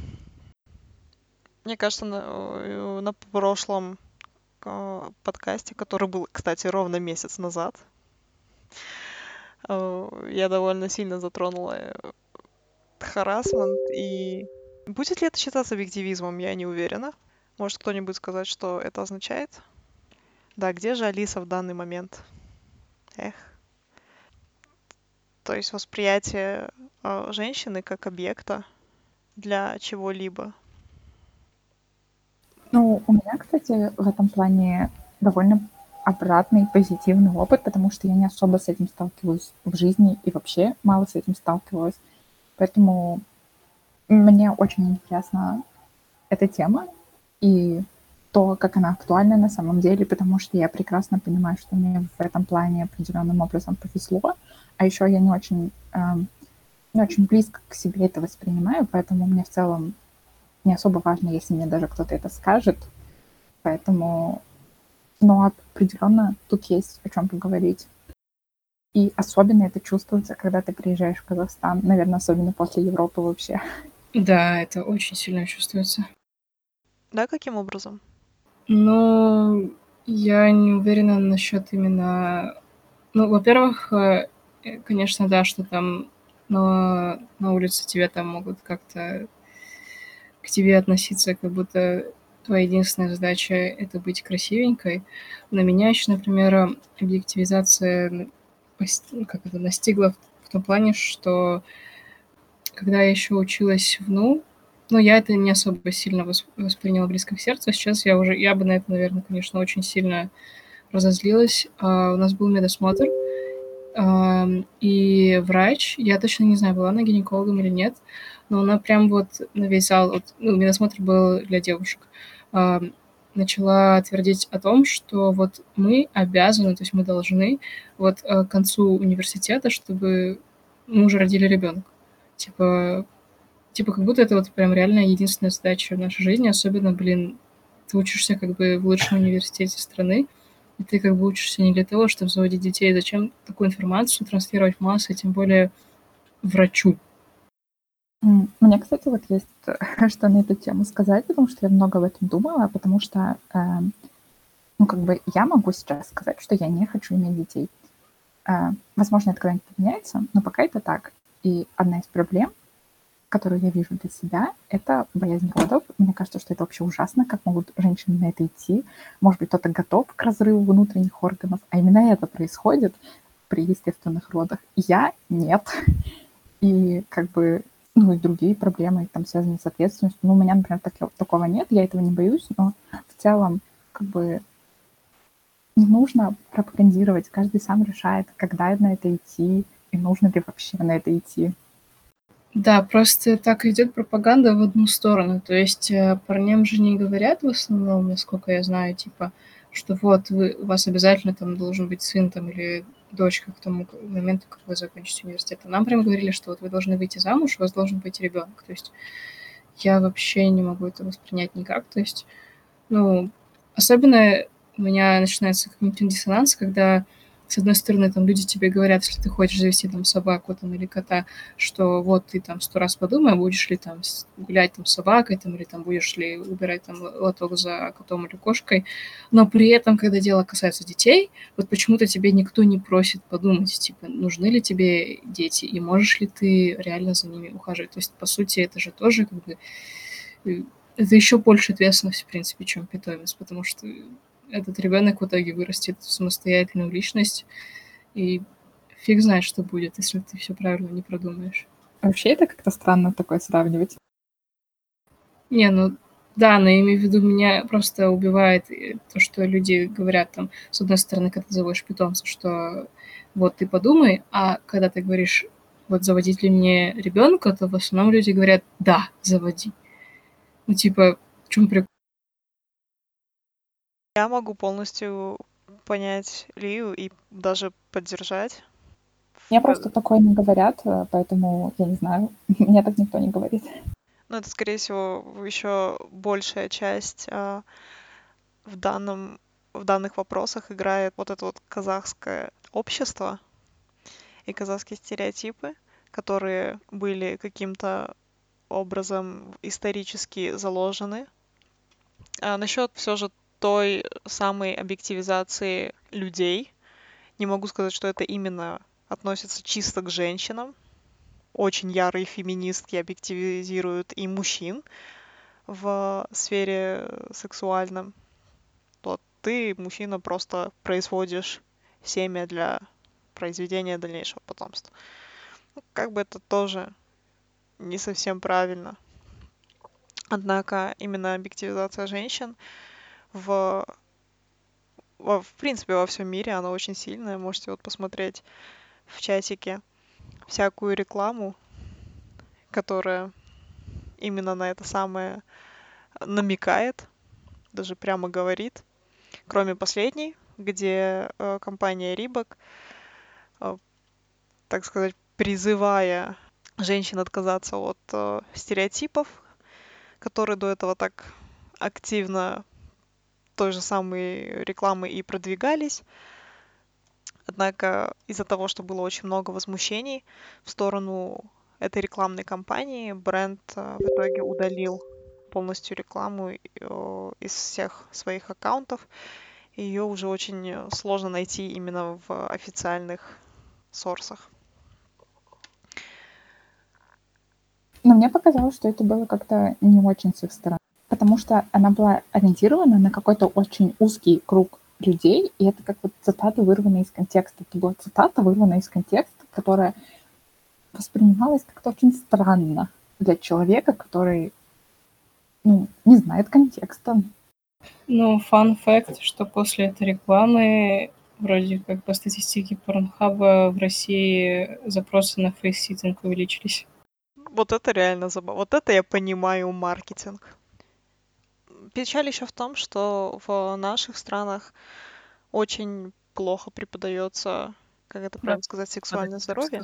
Мне кажется, на прошлом подкасте, который был, кстати, ровно месяц назад, я довольно сильно затронула харассмент. И будет ли это считаться объективизмом, я не уверена. Может кто-нибудь сказать, что это означает? Да, где же Алиса в данный момент? Эх. То есть восприятие женщины как объекта для чего-либо. Ну, у меня, кстати, в этом плане довольно обратный позитивный опыт, потому что я не особо с этим сталкиваюсь в жизни и вообще мало с этим сталкивалась. Поэтому мне очень интересна эта тема и то, как она актуальна на самом деле, потому что я прекрасно понимаю, что мне в этом плане определенным образом повезло, а еще я не очень близко к себе это воспринимаю, поэтому мне в целом не особо важно, если мне даже кто-то это скажет. Поэтому, но определенно тут есть о чем поговорить. И особенно это чувствуется, когда ты приезжаешь в Казахстан, наверное, особенно после Европы вообще. Да, это очень сильно чувствуется. Да, каким образом? Но я не уверена насчет именно... Ну, во-первых, конечно, да, что там на улице тебя там могут как-то к тебе относиться, как будто твоя единственная задача — это быть красивенькой. Но меня еще, например, объективизация как это, настигла в том плане, что когда я еще училась в НУ, ну, я это не особо сильно восприняла близко к сердцу. Сейчас я бы на это, наверное, конечно, очень сильно разозлилась. У нас был медосмотр, и врач, я точно не знаю, была она гинекологом или нет, но она прям вот на весь зал, вот, ну, медосмотр был для девушек, начала твердить о том, что вот мы обязаны, то есть мы должны вот к концу университета, чтобы мы уже родили ребенка. Типа как будто это вот прям реально единственная задача в нашей жизни, особенно, блин, ты учишься как бы в лучшем университете страны, и ты как бы учишься не для того, чтобы заводить детей. Зачем такую информацию транслировать в массы, тем более врачу? У меня, кстати, вот есть что на эту тему сказать, потому что я много об этом думала, потому что, ну, как бы я могу сейчас сказать, что я не хочу иметь детей. Возможно, это когда-нибудь поменяется, но пока это так. И одна из проблем, которую я вижу для себя, это боязнь родов. Мне кажется, что это вообще ужасно, как могут женщины на это идти. Может быть, кто-то готов к разрыву внутренних органов, а именно это происходит при естественных родах. Я нет. И как бы, ну и другие проблемы, там, связанные с ответственностью. Ну, у меня, например, такого нет, я этого не боюсь, но в целом, как бы, не нужно пропагандировать. Каждый сам решает, когда на это идти, и нужно ли вообще на это идти. Да, просто так идет пропаганда в одну сторону. То есть парням же не говорят в основном, насколько я знаю, типа, что вот у вас обязательно там должен быть сын там или дочка к тому моменту, как вы закончите университет. А нам прям говорили, что вот вы должны выйти замуж, у вас должен быть ребенок. То есть я вообще не могу это воспринять никак. То есть, ну, особенно у меня начинается когнитивный диссонанс, когда, с одной стороны, там люди тебе говорят, если ты хочешь завести там собаку там, или кота, что вот ты там 100 раз подумай, будешь ли там гулять там с собакой, там, или там будешь ли убирать там лоток за котом или кошкой. Но при этом, когда дело касается детей, вот почему-то тебе никто не просит подумать, типа, нужны ли тебе дети, и можешь ли ты реально за ними ухаживать. То есть, по сути, это же тоже как бы это еще больше ответственность, в принципе, чем питомец, потому что этот ребенок в итоге вырастет в самостоятельную личность, и фиг знает, что будет, если ты все правильно не продумаешь. Вообще это как-то странно такое сравнивать. Не, ну да, но я имею в виду, меня просто убивает то, что люди говорят там, с одной стороны, когда ты заводишь питомца, что вот ты подумай, а когда ты говоришь, вот заводить ли мне ребенка, то в основном люди говорят, да, заводи. Ну, типа, в чем прикол? Я могу полностью понять Лию и даже поддержать. Мне просто такое не говорят, поэтому я не знаю. Мне так никто не говорит. Ну, это, скорее всего, еще большая часть в данных вопросах играет вот это вот казахское общество и казахские стереотипы, которые были каким-то образом исторически заложены. А насчет все же той самой объективизации людей, не могу сказать, что это именно относится чисто к женщинам. Очень ярые феминистки объективизируют и мужчин в сфере сексуальном. Вот ты, мужчина, просто производишь семя для произведения дальнейшего потомства. Ну, как бы это тоже не совсем правильно. Однако именно объективизация женщин в принципе во всем мире, она очень сильная. Можете вот посмотреть в чатике всякую рекламу, которая именно на это самое намекает, даже прямо говорит. Кроме последней, где компания Reebok, так сказать, призывая женщин отказаться от стереотипов, которые до этого так активно той же самой рекламы и продвигались. Однако из-за того, что было очень много возмущений в сторону этой рекламной кампании, бренд в итоге удалил полностью рекламу из всех своих аккаунтов. Ее уже очень сложно найти именно в официальных сорсах. Но мне показалось, что это было как-то не очень с их стороны, потому что она была ориентирована на какой-то очень узкий круг людей, и это как вот цитата, вырванная из контекста. Это была цитата, вырванная из контекста, которая воспринималась как-то очень странно для человека, который, не знает контекста. Ну, фан-факт, что после этой рекламы вроде как по статистике Порнхаба в России запросы на фейс-ситинг увеличились. Вот это реально забавно. Вот это я понимаю маркетинг. Печаль еще в том, что в наших странах очень плохо преподается, как это правильно сказать, сексуальное здоровье.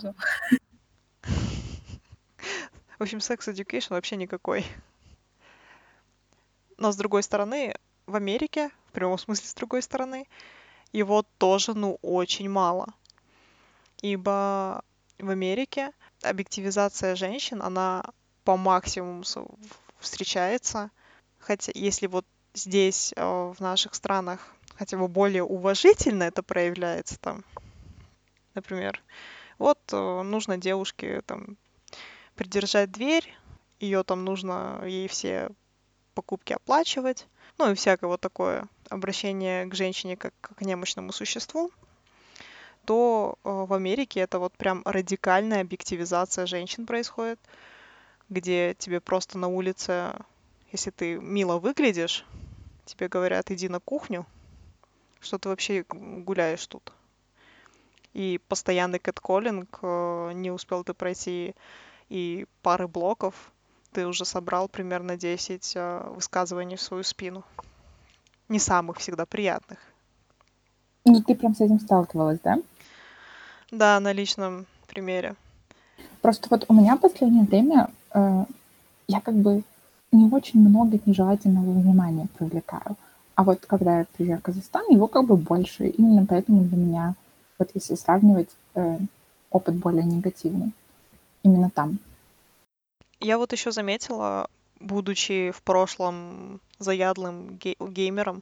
В общем, секс-эдюкейшн вообще никакой. Но с другой стороны, в Америке, в прямом смысле с другой стороны, его тоже, очень мало. Ибо в Америке объективизация женщин, она по максимуму встречается. Хотя если вот здесь, в наших странах, хотя бы более уважительно это проявляется, там, например, вот нужно девушке там придержать дверь, ее там нужно ей все покупки оплачивать, ну и всякое вот такое обращение к женщине как к немощному существу, то в Америке это вот прям радикальная объективизация женщин происходит, где тебе просто на улице, если ты мило выглядишь, тебе говорят, иди на кухню, что ты вообще гуляешь тут. И постоянный кэтколлинг, не успел ты пройти и пары блоков, ты уже собрал примерно 10 высказываний в свою спину. Не самых всегда приятных. Ну, ты прям с этим сталкивалась, да? Да, на личном примере. Просто вот у меня в последнее время я как бы не очень много нежелательного внимания привлекаю. А вот когда я приезжаю в Казахстан, его как бы больше. Именно поэтому для меня, вот если сравнивать, опыт более негативный. Именно там. Я вот еще заметила, будучи в прошлом заядлым геймером,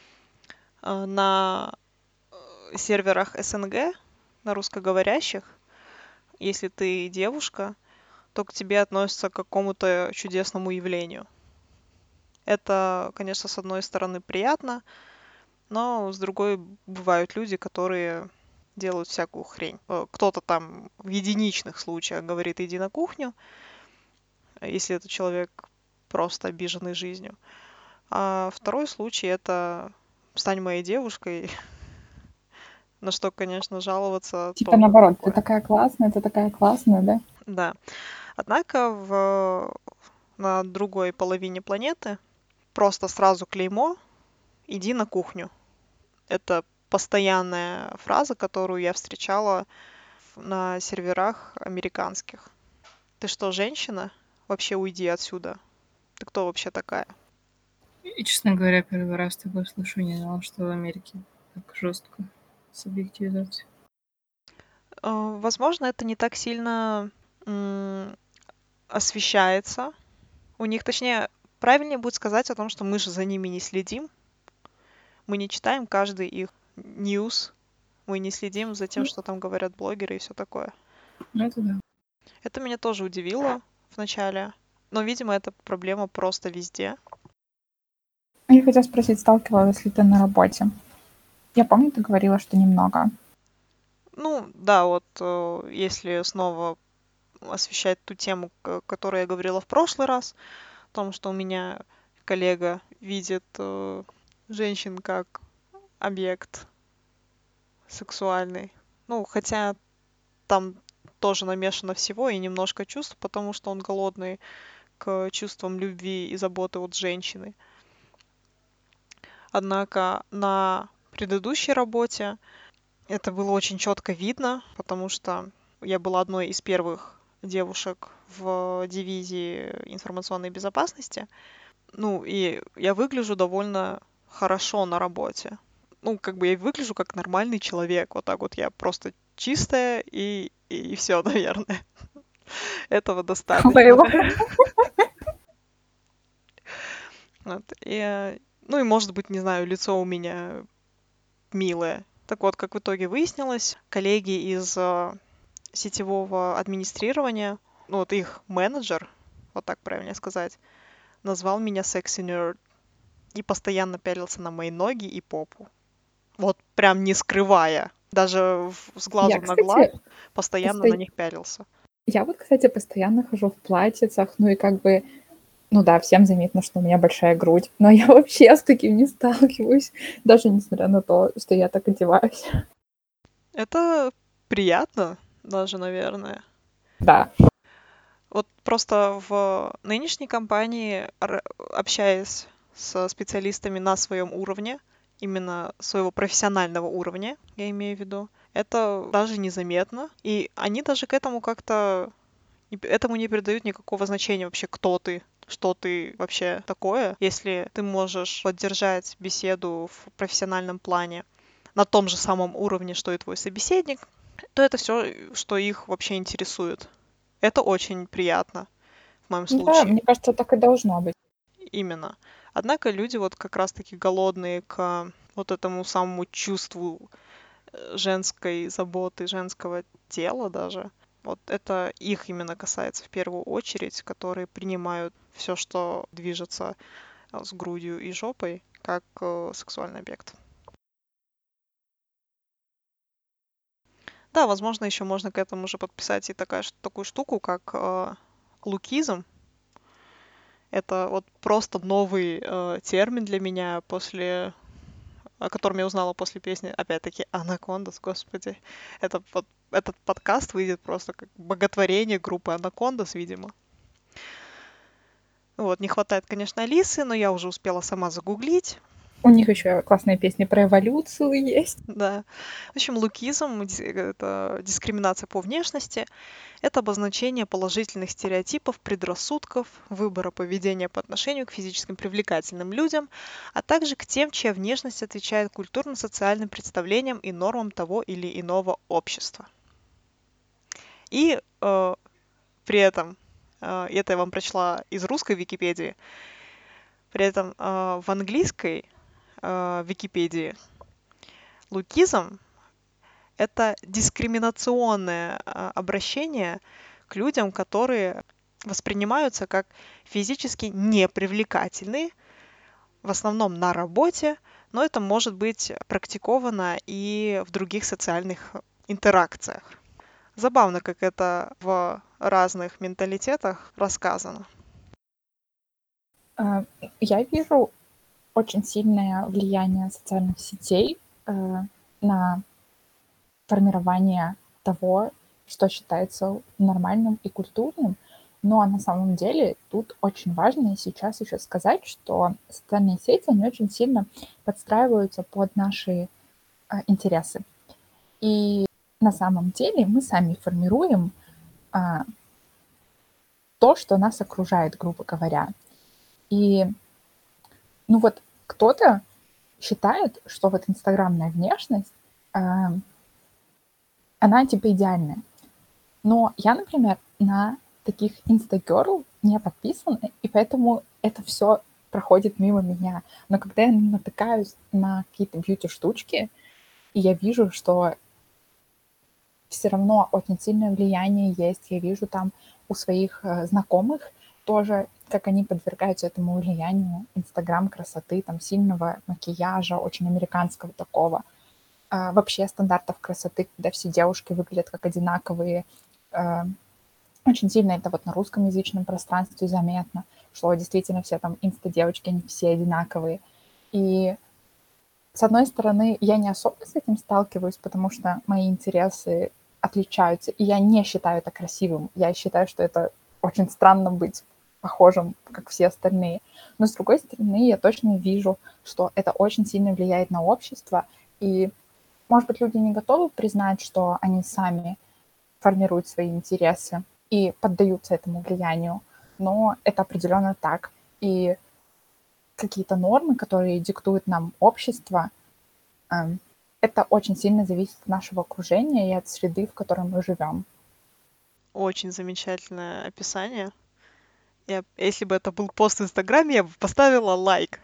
на серверах СНГ, на русскоговорящих, если ты девушка, то к тебе относятся к какому-то чудесному явлению. Это, конечно, с одной стороны приятно, но с другой бывают люди, которые делают всякую хрень. Кто-то там в единичных случаях говорит «иди на кухню», если это человек просто обиженный жизнью. А второй случай — это «стань моей девушкой», на что, конечно, жаловаться Типа тоже наоборот, такое. ты такая классная, да? Да. Однако на другой половине планеты просто сразу клеймо «иди на кухню». Это постоянная фраза, которую я встречала на серверах американских. Ты что, женщина? Вообще уйди отсюда. Ты кто вообще такая? И, честно говоря, первый раз такое слышу, не знала, что в Америке так жестко с объективизацией. Возможно, это не так сильно освещается у них. Точнее, правильнее будет сказать о том, что мы же за ними не следим. Мы не читаем каждый их ньюс. Мы не следим за тем, что там говорят блогеры и все такое. Ну, это да. Это меня тоже удивило вначале. Но, видимо, это проблема просто везде. Я хотела спросить, сталкивалась ли ты на работе? Я помню, ты говорила, что немного. Ну, да, вот если снова освещать ту тему, которую я говорила в прошлый раз, о том, что у меня коллега видит женщин как объект сексуальный. Ну, хотя там тоже намешано всего и немножко чувств, потому что он голодный к чувствам любви и заботы от женщины. Однако на предыдущей работе это было очень четко видно, потому что я была одной из первых девушек в дивизии информационной безопасности. Ну, и я выгляжу довольно хорошо на работе. Ну, как бы я выгляжу как нормальный человек. Вот так вот я просто чистая и все, наверное. Этого достаточно. Лейла. Вот. Ну и, может быть, не знаю, лицо у меня милое. Так вот, как в итоге выяснилось, коллеги из сетевого администрирования, ну вот их менеджер, вот так правильно сказать, назвал меня sexy nerd и постоянно пялился на мои ноги и попу. Вот прям не скрывая. Даже с глазу Я, на глаз кстати, постоянно на посто- них пялился. я вот, кстати, постоянно хожу в платьицах, ну и как бы, ну да, всем заметно, что у меня большая грудь, но я вообще с таким не сталкиваюсь, даже несмотря на то, что я так одеваюсь. Это приятно даже, наверное. Да. Вот просто в нынешней компании, общаясь со специалистами на своем уровне, именно своего профессионального уровня, я имею в виду, это даже незаметно. И они даже к этому как-то этому не придают никакого значения вообще, кто ты, что ты вообще такое. Если ты можешь поддержать беседу в профессиональном плане на том же самом уровне, что и твой собеседник, то это все, что их вообще интересует. Это очень приятно в моем Да, случае. мне кажется, так и должно быть. Именно. Однако люди вот как раз-таки голодные к вот этому самому чувству женской заботы, женского тела даже. Вот это их именно касается в первую очередь, которые принимают все, что движется с грудью и жопой, как сексуальный объект. Да, возможно, еще можно к этому же подписать и такую штуку, как лукизм. Это вот просто новый термин для меня, о котором я узнала после песни, опять-таки, Анакондас, господи. Этот подкаст выйдет просто как боготворение группы Анакондас, видимо. Вот, не хватает, конечно, Алисы, но я уже успела сама загуглить. У них еще классные песни про эволюцию есть. Да. В общем, лукизм — это дискриминация по внешности. Это обозначение положительных стереотипов, предрассудков, выбора поведения по отношению к физически привлекательным людям, а также к тем, чья внешность отвечает культурно-социальным представлениям и нормам того или иного общества. И при этом, это я вам прочла из русской Википедии, при этом в английской Википедии лукизм — это дискриминационное обращение к людям, которые воспринимаются как физически непривлекательные, в основном на работе, но это может быть практиковано и в других социальных интеракциях. Забавно, как это в разных менталитетах рассказано. Я вижу очень сильное влияние социальных сетей на формирование того, что считается нормальным и культурным. Но на самом деле тут очень важно сейчас еще сказать, что социальные сети, они очень сильно подстраиваются под наши интересы. И на самом деле мы сами формируем то, что нас окружает, грубо говоря. И ну вот кто-то считает, что вот инстаграмная внешность, она типа идеальная. Но я, например, на таких инстагерл не подписана, и поэтому это все проходит мимо меня. Но когда я натыкаюсь на какие-то бьюти-штучки, и я вижу, что все равно очень сильное влияние есть. Я вижу там у своих знакомых тоже, как они подвергаются этому влиянию инстаграм красоты, там сильного макияжа, очень американского такого. Вообще стандартов красоты, когда все девушки выглядят как одинаковые. Очень сильно это вот на русскоязычном пространстве заметно, что действительно все там инста-девочки, они все одинаковые. И с одной стороны, я не особо с этим сталкиваюсь, потому что мои интересы отличаются, и я не считаю это красивым. Я считаю, что это очень странно быть похожим, как все остальные. Но с другой стороны, я точно вижу, что это очень сильно влияет на общество, и, может быть, люди не готовы признать, что они сами формируют свои интересы и поддаются этому влиянию, но это определенно так. И какие-то нормы, которые диктует нам общество, это очень сильно зависит от нашего окружения и от среды, в которой мы живем. Очень замечательное описание. Если бы это был пост в Инстаграме, я бы поставила лайк.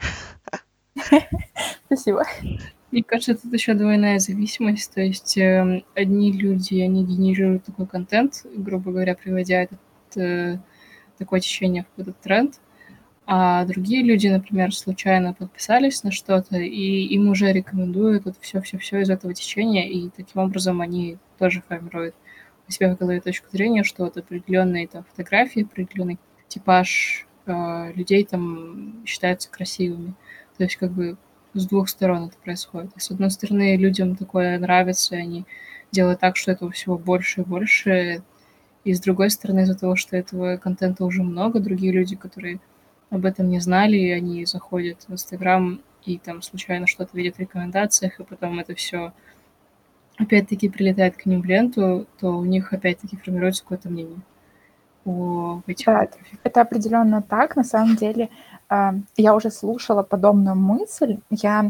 Спасибо. Мне кажется, тут еще двойная зависимость. То есть одни люди, они генерируют такой контент, грубо говоря, приводя такое течение в этот тренд, а другие люди, например, случайно подписались на что-то, и им уже рекомендуют вот все из этого течения, и таким образом они тоже формируют у себя в голове точку зрения, что вот определенные там фотографии, определенный типаж людей там считаются красивыми. То есть как бы с двух сторон это происходит. И с одной стороны, людям такое нравится, и они делают так, что этого всего больше и больше. И с другой стороны, из-за того, что этого контента уже много, другие люди, которые об этом не знали, и они заходят в Инстаграм и там случайно что-то видят в рекомендациях, и потом это все опять-таки прилетает к ним в ленту, то у них опять-таки формируется какое-то мнение о этих Да, фотографиях. это определенно так. На самом деле, я уже слушала подобную мысль. Я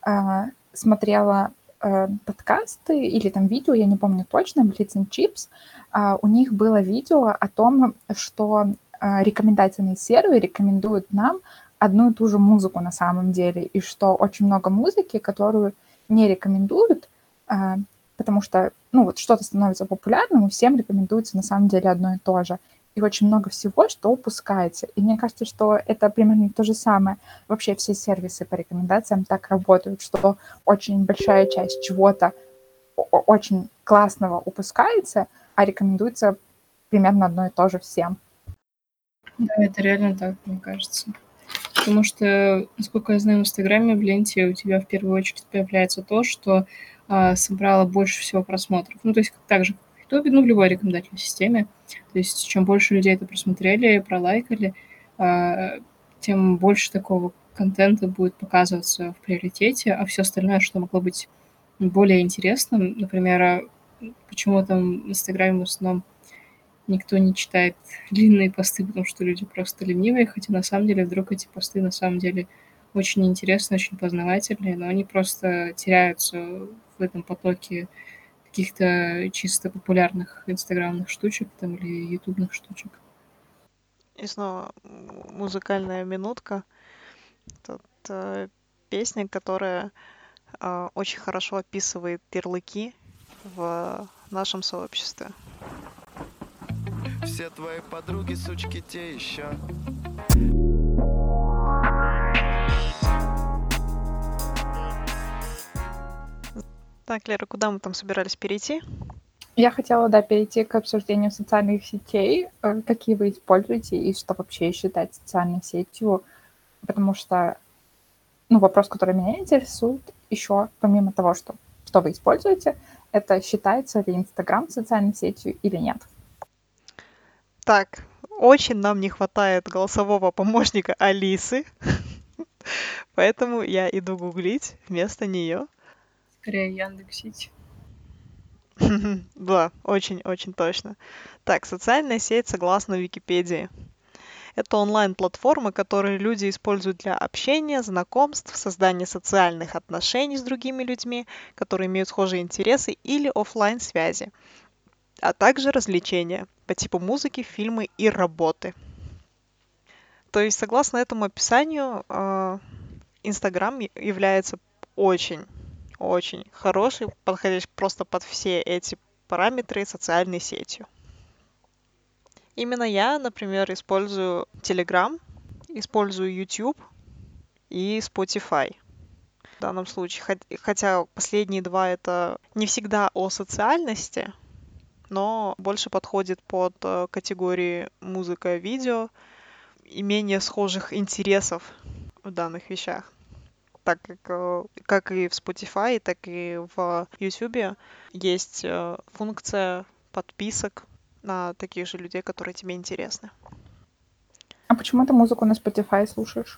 смотрела подкасты или там видео, я не помню точно, Blitz and Chips. У них было видео о том, что рекомендательные серверы рекомендуют нам одну и ту же музыку на самом деле, и что очень много музыки, которую не рекомендуют, потому что, ну, вот что-то становится популярным, и всем рекомендуется на самом деле одно и то же. И очень много всего, что упускается. И мне кажется, что это примерно то же самое. Вообще все сервисы по рекомендациям так работают, что очень большая часть чего-то очень классного упускается, а рекомендуется примерно одно и то же всем. Да, это реально так, мне кажется. Потому что, насколько я знаю, в Инстаграме, в ленте у тебя в первую очередь появляется то, что собрало больше всего просмотров. Ну, то есть так же, как в Ютубе, ну, в любой рекомендательной системе. То есть чем больше людей это просмотрели, пролайкали, тем больше такого контента будет показываться в приоритете, а все остальное, что могло быть более интересным, например, почему там в Инстаграме в основном никто не читает длинные посты, потому что люди просто ленивые, хотя на самом деле вдруг эти посты на самом деле очень интересные, очень познавательные, но они просто теряются в этом потоке каких-то чисто популярных инстаграмных штучек там или ютубных штучек. И снова музыкальная минутка. Тут песня, которая очень хорошо описывает ярлыки в нашем сообществе. Все твои подруги, сучки, те еще. Так, Лера, куда мы там собирались перейти? Я хотела, да, перейти к обсуждению социальных сетей, какие вы используете и что вообще считать социальной сетью, потому что, ну, вопрос, который меня интересует еще, помимо того, что вы используете, это считается ли Инстаграм социальной сетью или нет? Так, очень нам не хватает голосового помощника Алисы, поэтому я иду гуглить вместо нее. Скорее Яндекс.Сеть. Да, очень-очень точно. Так, социальная сеть, согласно Википедии, это онлайн-платформы, которые люди используют для общения, знакомств, создания социальных отношений с другими людьми, которые имеют схожие интересы или оффлайн-связи, а также развлечения по типу музыки, фильмы и работы. То есть, согласно этому описанию, Инстаграм является очень хорошей, подходящей просто под все эти параметры социальной сетью. Именно я, например, использую Telegram, использую YouTube и Spotify. В данном случае, хотя последние два это не всегда о социальности, но больше подходит под категории музыка, видео и менее схожих интересов в данных вещах. Так как и в Spotify, так и в YouTube есть функция подписок на таких же людей, которые тебе интересны. А почему ты музыку на Spotify слушаешь?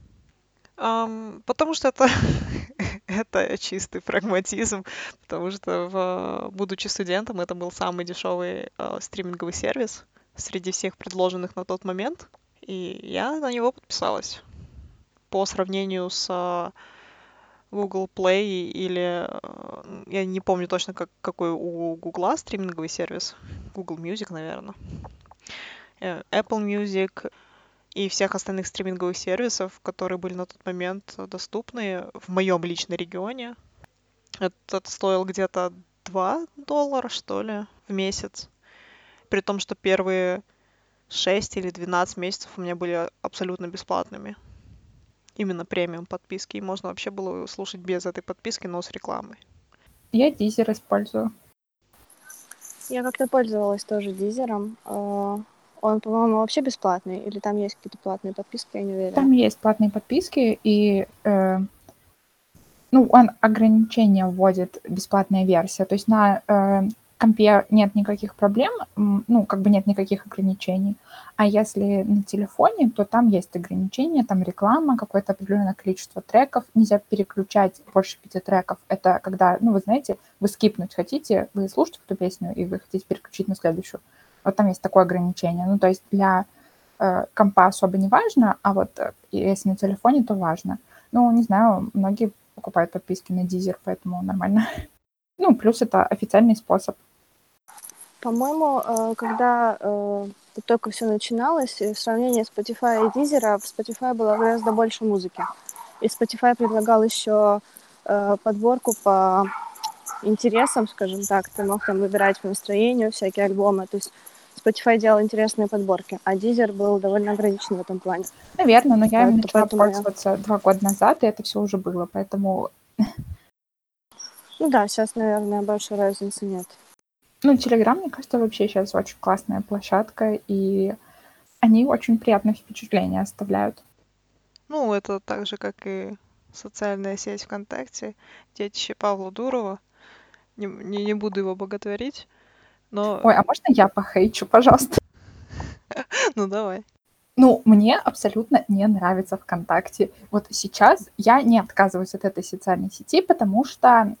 Потому что это, это чистый прагматизм, потому что, будучи студентом, это был самый дешевый стриминговый сервис среди всех предложенных на тот момент, и я на него подписалась. По сравнению с Google Play или... Я не помню точно, какой у Google стриминговый сервис. Google Music, наверное. Apple Music и всех остальных стриминговых сервисов, которые были на тот момент доступны в моем личном регионе. Это стоил где-то $2, что ли, в месяц. При том, что первые 6 или 12 месяцев у меня были абсолютно бесплатными. Именно премиум подписки. И можно вообще было слушать без этой подписки, но с рекламой. Я Deezer использую. Я как-то пользовалась тоже Дизером. Он, по-моему, вообще бесплатный, или там есть какие-то платные подписки, я не уверена. Там есть платные подписки, и он ограничения вводит, бесплатная версия. То есть на компе нет никаких проблем, нет никаких ограничений. А если на телефоне, то там есть ограничения, там реклама, какое-то определенное количество треков. Нельзя переключать больше 5 треков. Это когда, вы знаете, вы скипнуть хотите, вы слушаете эту песню, и вы хотите переключить на следующую. Вот там есть такое ограничение. То есть для компа особо не важно, а вот если на телефоне, то важно. Не знаю, многие покупают подписки на Deezer, поэтому нормально. Плюс это официальный способ. По-моему, когда только все начиналось, в сравнении Spotify и Deezer, в Spotify было гораздо больше музыки. И Spotify предлагал еще подборку по интересам, скажем так. Ты мог там выбирать по настроению всякие альбомы. То есть Spotify делал интересные подборки, а Deezer был довольно ограничен в этом плане. Наверное, но я им начала пользоваться 2 года назад, и это все уже было, поэтому... Да, сейчас, наверное, большой разницы нет. Telegram, мне кажется, вообще сейчас очень классная площадка, и они очень приятное впечатление оставляют. Это так же, как и социальная сеть ВКонтакте, детище Павла Дурова. Не буду его боготворить, но... Ой, а можно я похейчу, пожалуйста? Давай. Ну, мне абсолютно не нравится ВКонтакте. Вот сейчас я не отказываюсь от этой социальной сети, потому что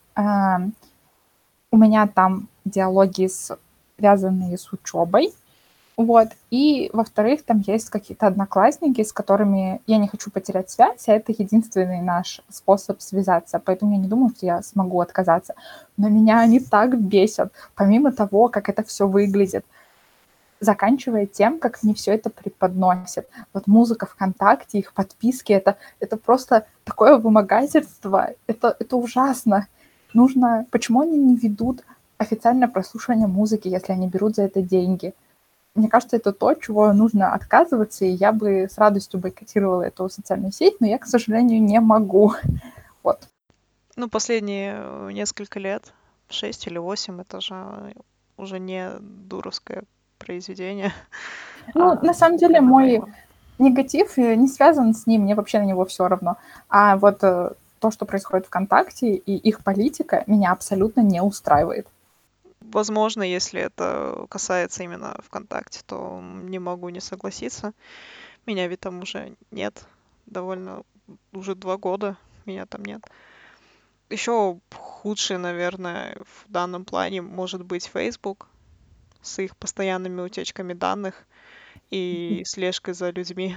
у меня там диалоги, связанные с учебой. Вот. И, во-вторых, там есть какие-то одноклассники, с которыми я не хочу потерять связь, а это единственный наш способ связаться. Поэтому я не думаю, что я смогу отказаться. Но меня они так бесят, помимо того, как это все выглядит, заканчивая тем, как они все это преподносят. Вот музыка ВКонтакте, их подписки, это просто такое вымогательство, это ужасно. Нужно... Почему они не ведут официальное прослушивание музыки, если они берут за это деньги? Мне кажется, это то, чего нужно отказываться, и я бы с радостью бойкотировала эту социальную сеть, но я, к сожалению, не могу. Вот. Ну, последние несколько лет, 6 или 8, это же уже не дуровское произведение, Ну, на самом деле, реально мой время. негатив не связан с ним, мне вообще на него все равно. А вот то, что происходит ВКонтакте, и их политика меня абсолютно не устраивает. Возможно, если это касается именно ВКонтакте, то не могу не согласиться. Меня ведь там уже нет. Довольно уже 2 года меня там нет. Еще худший, наверное, в данном плане может быть Facebook с их постоянными утечками данных и слежкой за людьми.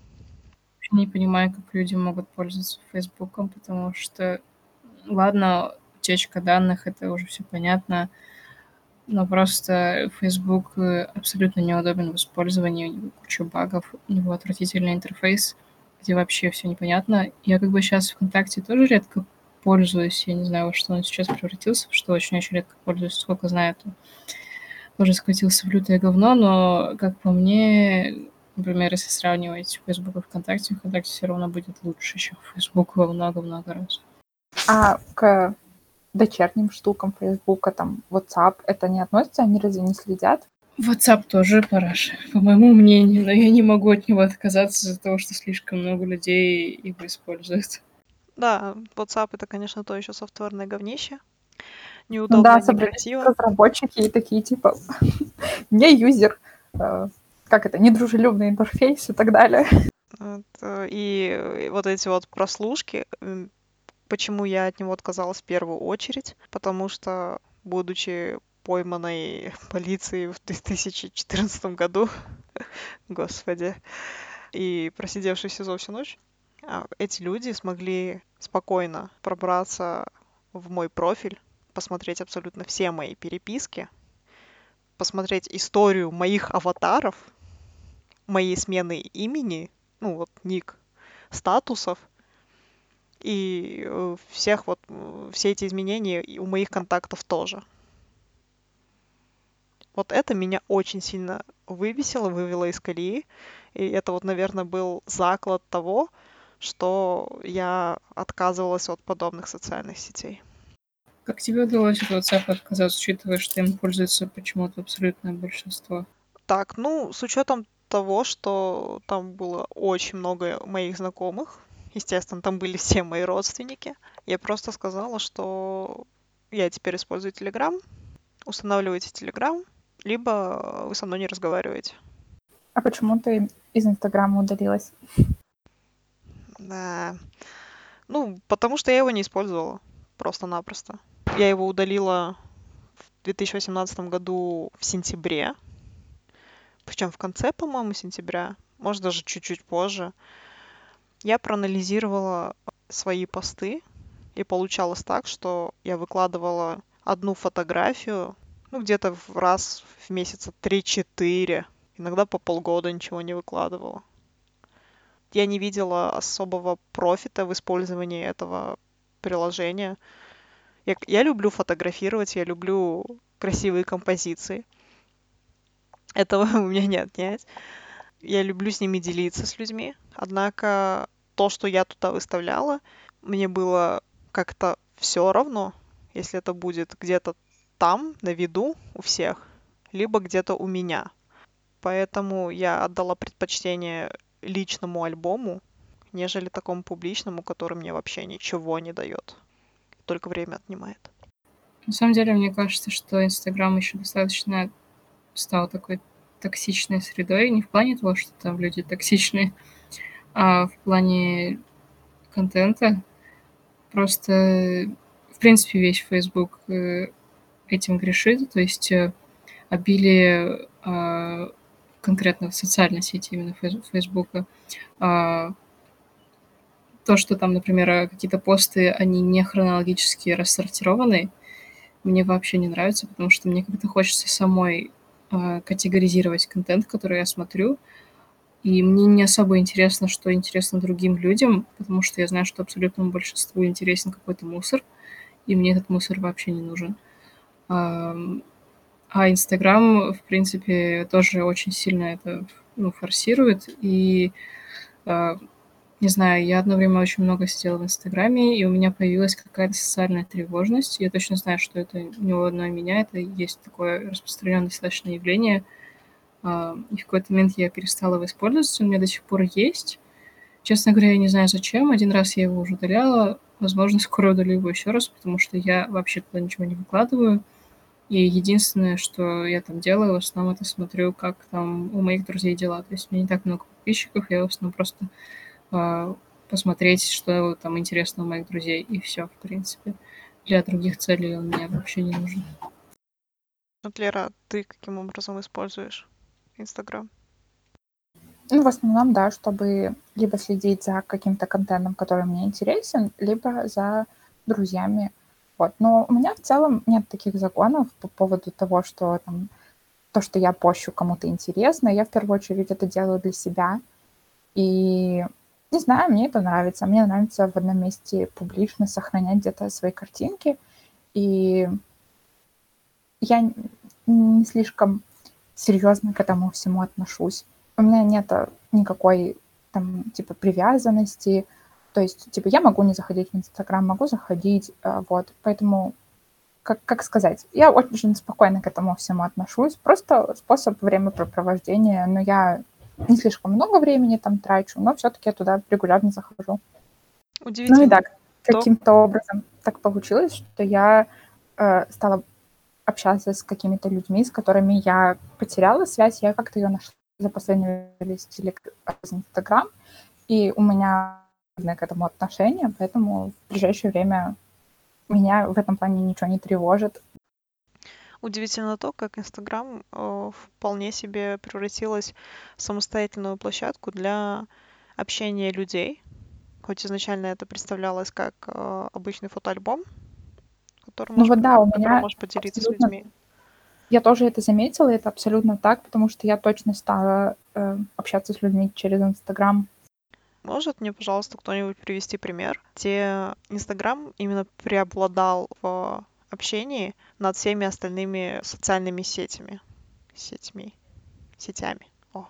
Не понимаю, как люди могут пользоваться Фейсбуком, потому что, ладно, утечка данных, это уже все понятно, но просто Facebook абсолютно неудобен в использовании, у него куча багов, у него отвратительный интерфейс, где вообще все непонятно. Я как бы сейчас ВКонтакте тоже редко пользуюсь, я не знаю, во что он сейчас превратился, в что очень-очень редко пользуюсь, сколько знаю, то тоже скатился в лютое говно, но, как по мне, например, если сравнивать Facebook и ВКонтакте все равно будет лучше, чем Facebook во много-много раз. А к дочерним штукам Фейсбука, там, WhatsApp, это не относится? Они разве не следят? WhatsApp тоже параша, по моему мнению, но я не могу от него отказаться из-за того, что слишком много людей его используют. Да, WhatsApp это, конечно, то еще софтверное говнище. Ну Неудобно, да, собрались некрасиво. разработчики и такие, типа, не юзер, как это, недружелюбный интерфейс и так далее. И вот эти вот прослушки, почему я от него отказалась в первую очередь, потому что, будучи пойманной полицией в 2014 году, господи, и просидевшей в СИЗО всю ночь, эти люди смогли спокойно пробраться в мой профиль, посмотреть абсолютно все мои переписки, посмотреть историю моих аватаров, моей смены имени, ну вот ник, статусов, и всех вот все эти изменения и у моих контактов тоже. Вот это меня очень сильно выбесило, вывело из колеи. И это вот, наверное, был заклад того, что я отказывалась от подобных социальных сетей. Как тебе удалось от WhatsApp отказаться, учитывая, что им пользуется почему-то абсолютное большинство? Так, ну, с учетом того, что там было очень много моих знакомых, естественно, там были все мои родственники, я просто сказала, что я теперь использую Telegram, устанавливайте Telegram, либо вы со мной не разговариваете. А почему ты из Инстаграма удалилась? Да. Ну, потому что я его не использовала. Просто-напросто. Я его удалила в 2018 году в сентябре. Причем в конце, по-моему, сентября. Может, даже чуть-чуть позже. Я проанализировала свои посты. И получалось так, что я выкладывала одну фотографию, ну, где-то раз в месяца 3-4. Иногда по полгода ничего не выкладывала. Я не видела особого профита в использовании этого приложения. Я люблю фотографировать, я люблю красивые композиции. Этого у меня не отнять. Я люблю с ними делиться с людьми. Однако то, что я туда выставляла, мне было как-то все равно, если это будет где-то там, на виду у всех, либо где-то у меня. Поэтому я отдала предпочтение личному альбому, нежели такому публичному, который мне вообще ничего не дает, только время отнимает. На самом деле, мне кажется, что Инстаграм еще достаточно стал такой токсичной средой, не в плане того, что там люди токсичные, а в плане контента. Просто, в принципе, весь Facebook этим грешит, то есть обилие конкретно в социальной сети именно Фейсбука. То, что там, например, какие-то посты, они не хронологически рассортированы, мне вообще не нравится, потому что мне как-то хочется самой категоризировать контент, который я смотрю, и мне не особо интересно, что интересно другим людям, потому что я знаю, что абсолютному большинству интересен какой-то мусор, и мне этот мусор вообще не нужен. А Инстаграм, в принципе, тоже очень сильно это форсирует, и не знаю, я одно время очень много сидела в Инстаграме, и у меня появилась какая-то социальная тревожность. Я точно знаю, что это не у одной меня, это есть такое распространенное достаточно явление. И в какой-то момент я перестала его использовать, он у меня до сих пор есть. Честно говоря, я не знаю зачем. Один раз я его уже удаляла, возможно, скоро удалю его еще раз, потому что я вообще туда ничего не выкладываю. И единственное, что я там делаю, в основном это смотрю, как там у моих друзей дела. То есть у меня не так много подписчиков, я в основном просто посмотреть, что там интересно у моих друзей, и все, в принципе. Для других целей он мне вообще не нужен. Вот, Лера, ты каким образом используешь Инстаграм? Ну, в основном, да, чтобы либо следить за каким-то контентом, который мне интересен, либо за друзьями. Вот. Но у меня в целом нет таких законов по поводу того, что там то, что я пощу, кому-то интересно. Я в первую очередь это делаю для себя. И не знаю, мне это нравится. Мне нравится в одном месте публично сохранять где-то свои картинки. И я не слишком серьезно к этому всему отношусь. У меня нет никакой там типа привязанности. То есть, типа, я могу не заходить в Инстаграм, могу заходить, вот. Поэтому, как сказать, я очень спокойно к этому всему отношусь. Просто способ времяпрепровождения. Но я не слишком много времени там трачу, но все-таки я туда регулярно захожу. Ну и Удивительно. да, каким-то образом так получилось, что я стала общаться с какими-то людьми, с которыми я потеряла связь. Я как-то ее нашла за последнюю из Инстаграм, и у меня к этому отношение, поэтому в ближайшее время меня в этом плане ничего не тревожит. Удивительно то, как Инстаграм вполне себе превратилась в самостоятельную площадку для общения людей. Хоть изначально это представлялось как обычный фотоальбом, которым Ну вот да, у которым меня можешь поделиться с абсолютно... людьми. Я тоже это заметила, и это абсолютно так, потому что я точно стала общаться с людьми через Инстаграм. Может мне, пожалуйста, кто-нибудь привести пример, где Инстаграм именно преобладал в общении над всеми остальными социальными сетями? Сетями. О.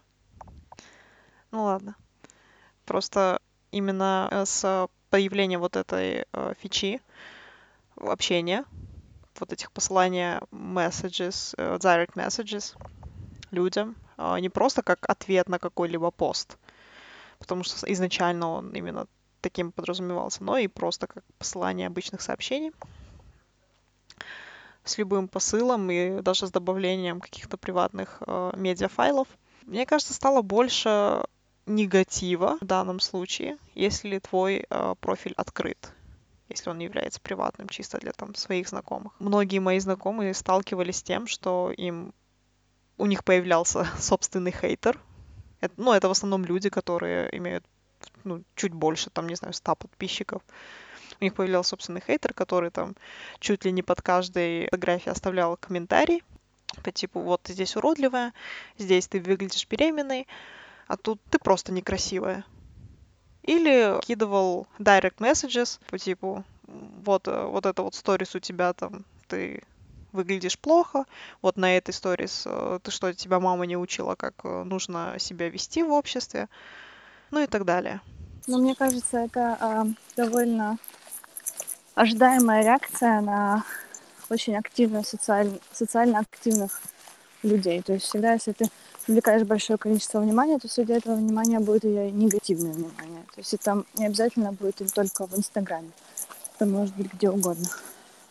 Ну ладно. Просто именно с появлением вот этой фичи общения, вот этих посылания messages, direct messages людям, не просто как ответ на какой-либо пост, потому что изначально он именно таким подразумевался, но и просто как посылание обычных сообщений с любым посылом и даже с добавлением каких-то приватных медиафайлов. Мне кажется, стало больше негатива в данном случае, если твой профиль открыт, если он не является приватным чисто для там своих знакомых. Многие мои знакомые сталкивались с тем, что у них появлялся собственный хейтер. Это в основном люди, которые имеют чуть больше, там, не знаю, 100 подписчиков. У них появлялся собственный хейтер, который там чуть ли не под каждой фотографией оставлял комментарий по типу: вот ты здесь уродливая, здесь ты выглядишь беременной, а тут ты просто некрасивая. Или кидывал direct messages по типу: вот это вот сторис у тебя там, ты выглядишь плохо, вот на этой сторис ты что, тебя мама не учила, как нужно себя вести в обществе, ну и так далее. Но мне кажется, это довольно ожидаемая реакция на очень активных, социально активных людей. То есть всегда, если ты привлекаешь большое количество внимания, то среди этого внимания будет и негативное внимание. То есть это не обязательно будет только в Инстаграме. Это может быть где угодно.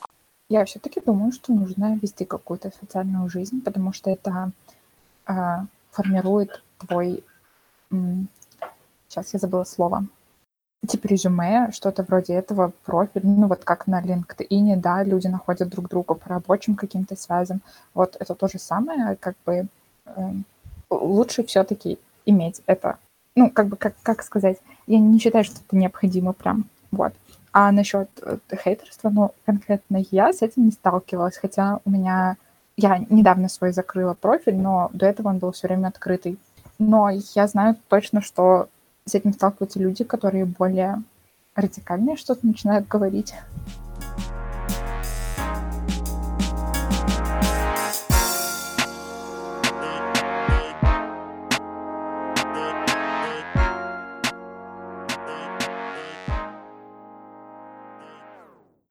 Я все-таки думаю, что нужно вести какую-то социальную жизнь, потому что это формирует твой... Сейчас я забыла слово. Типа резюме, что-то вроде этого, профиль, ну вот как на LinkedIn, да, люди находят друг друга по рабочим каким-то связям. Вот это то же самое, как бы лучше все-таки иметь это. Ну, как бы, как сказать, я не считаю, что это необходимо прям, вот. А насчет хейтерства, ну, конкретно я с этим не сталкивалась, хотя у меня... Я недавно свой закрыла профиль, но до этого он был все время открытый. Но я знаю точно, что с этим сталкиваются люди, которые более радикальные что-то начинают говорить.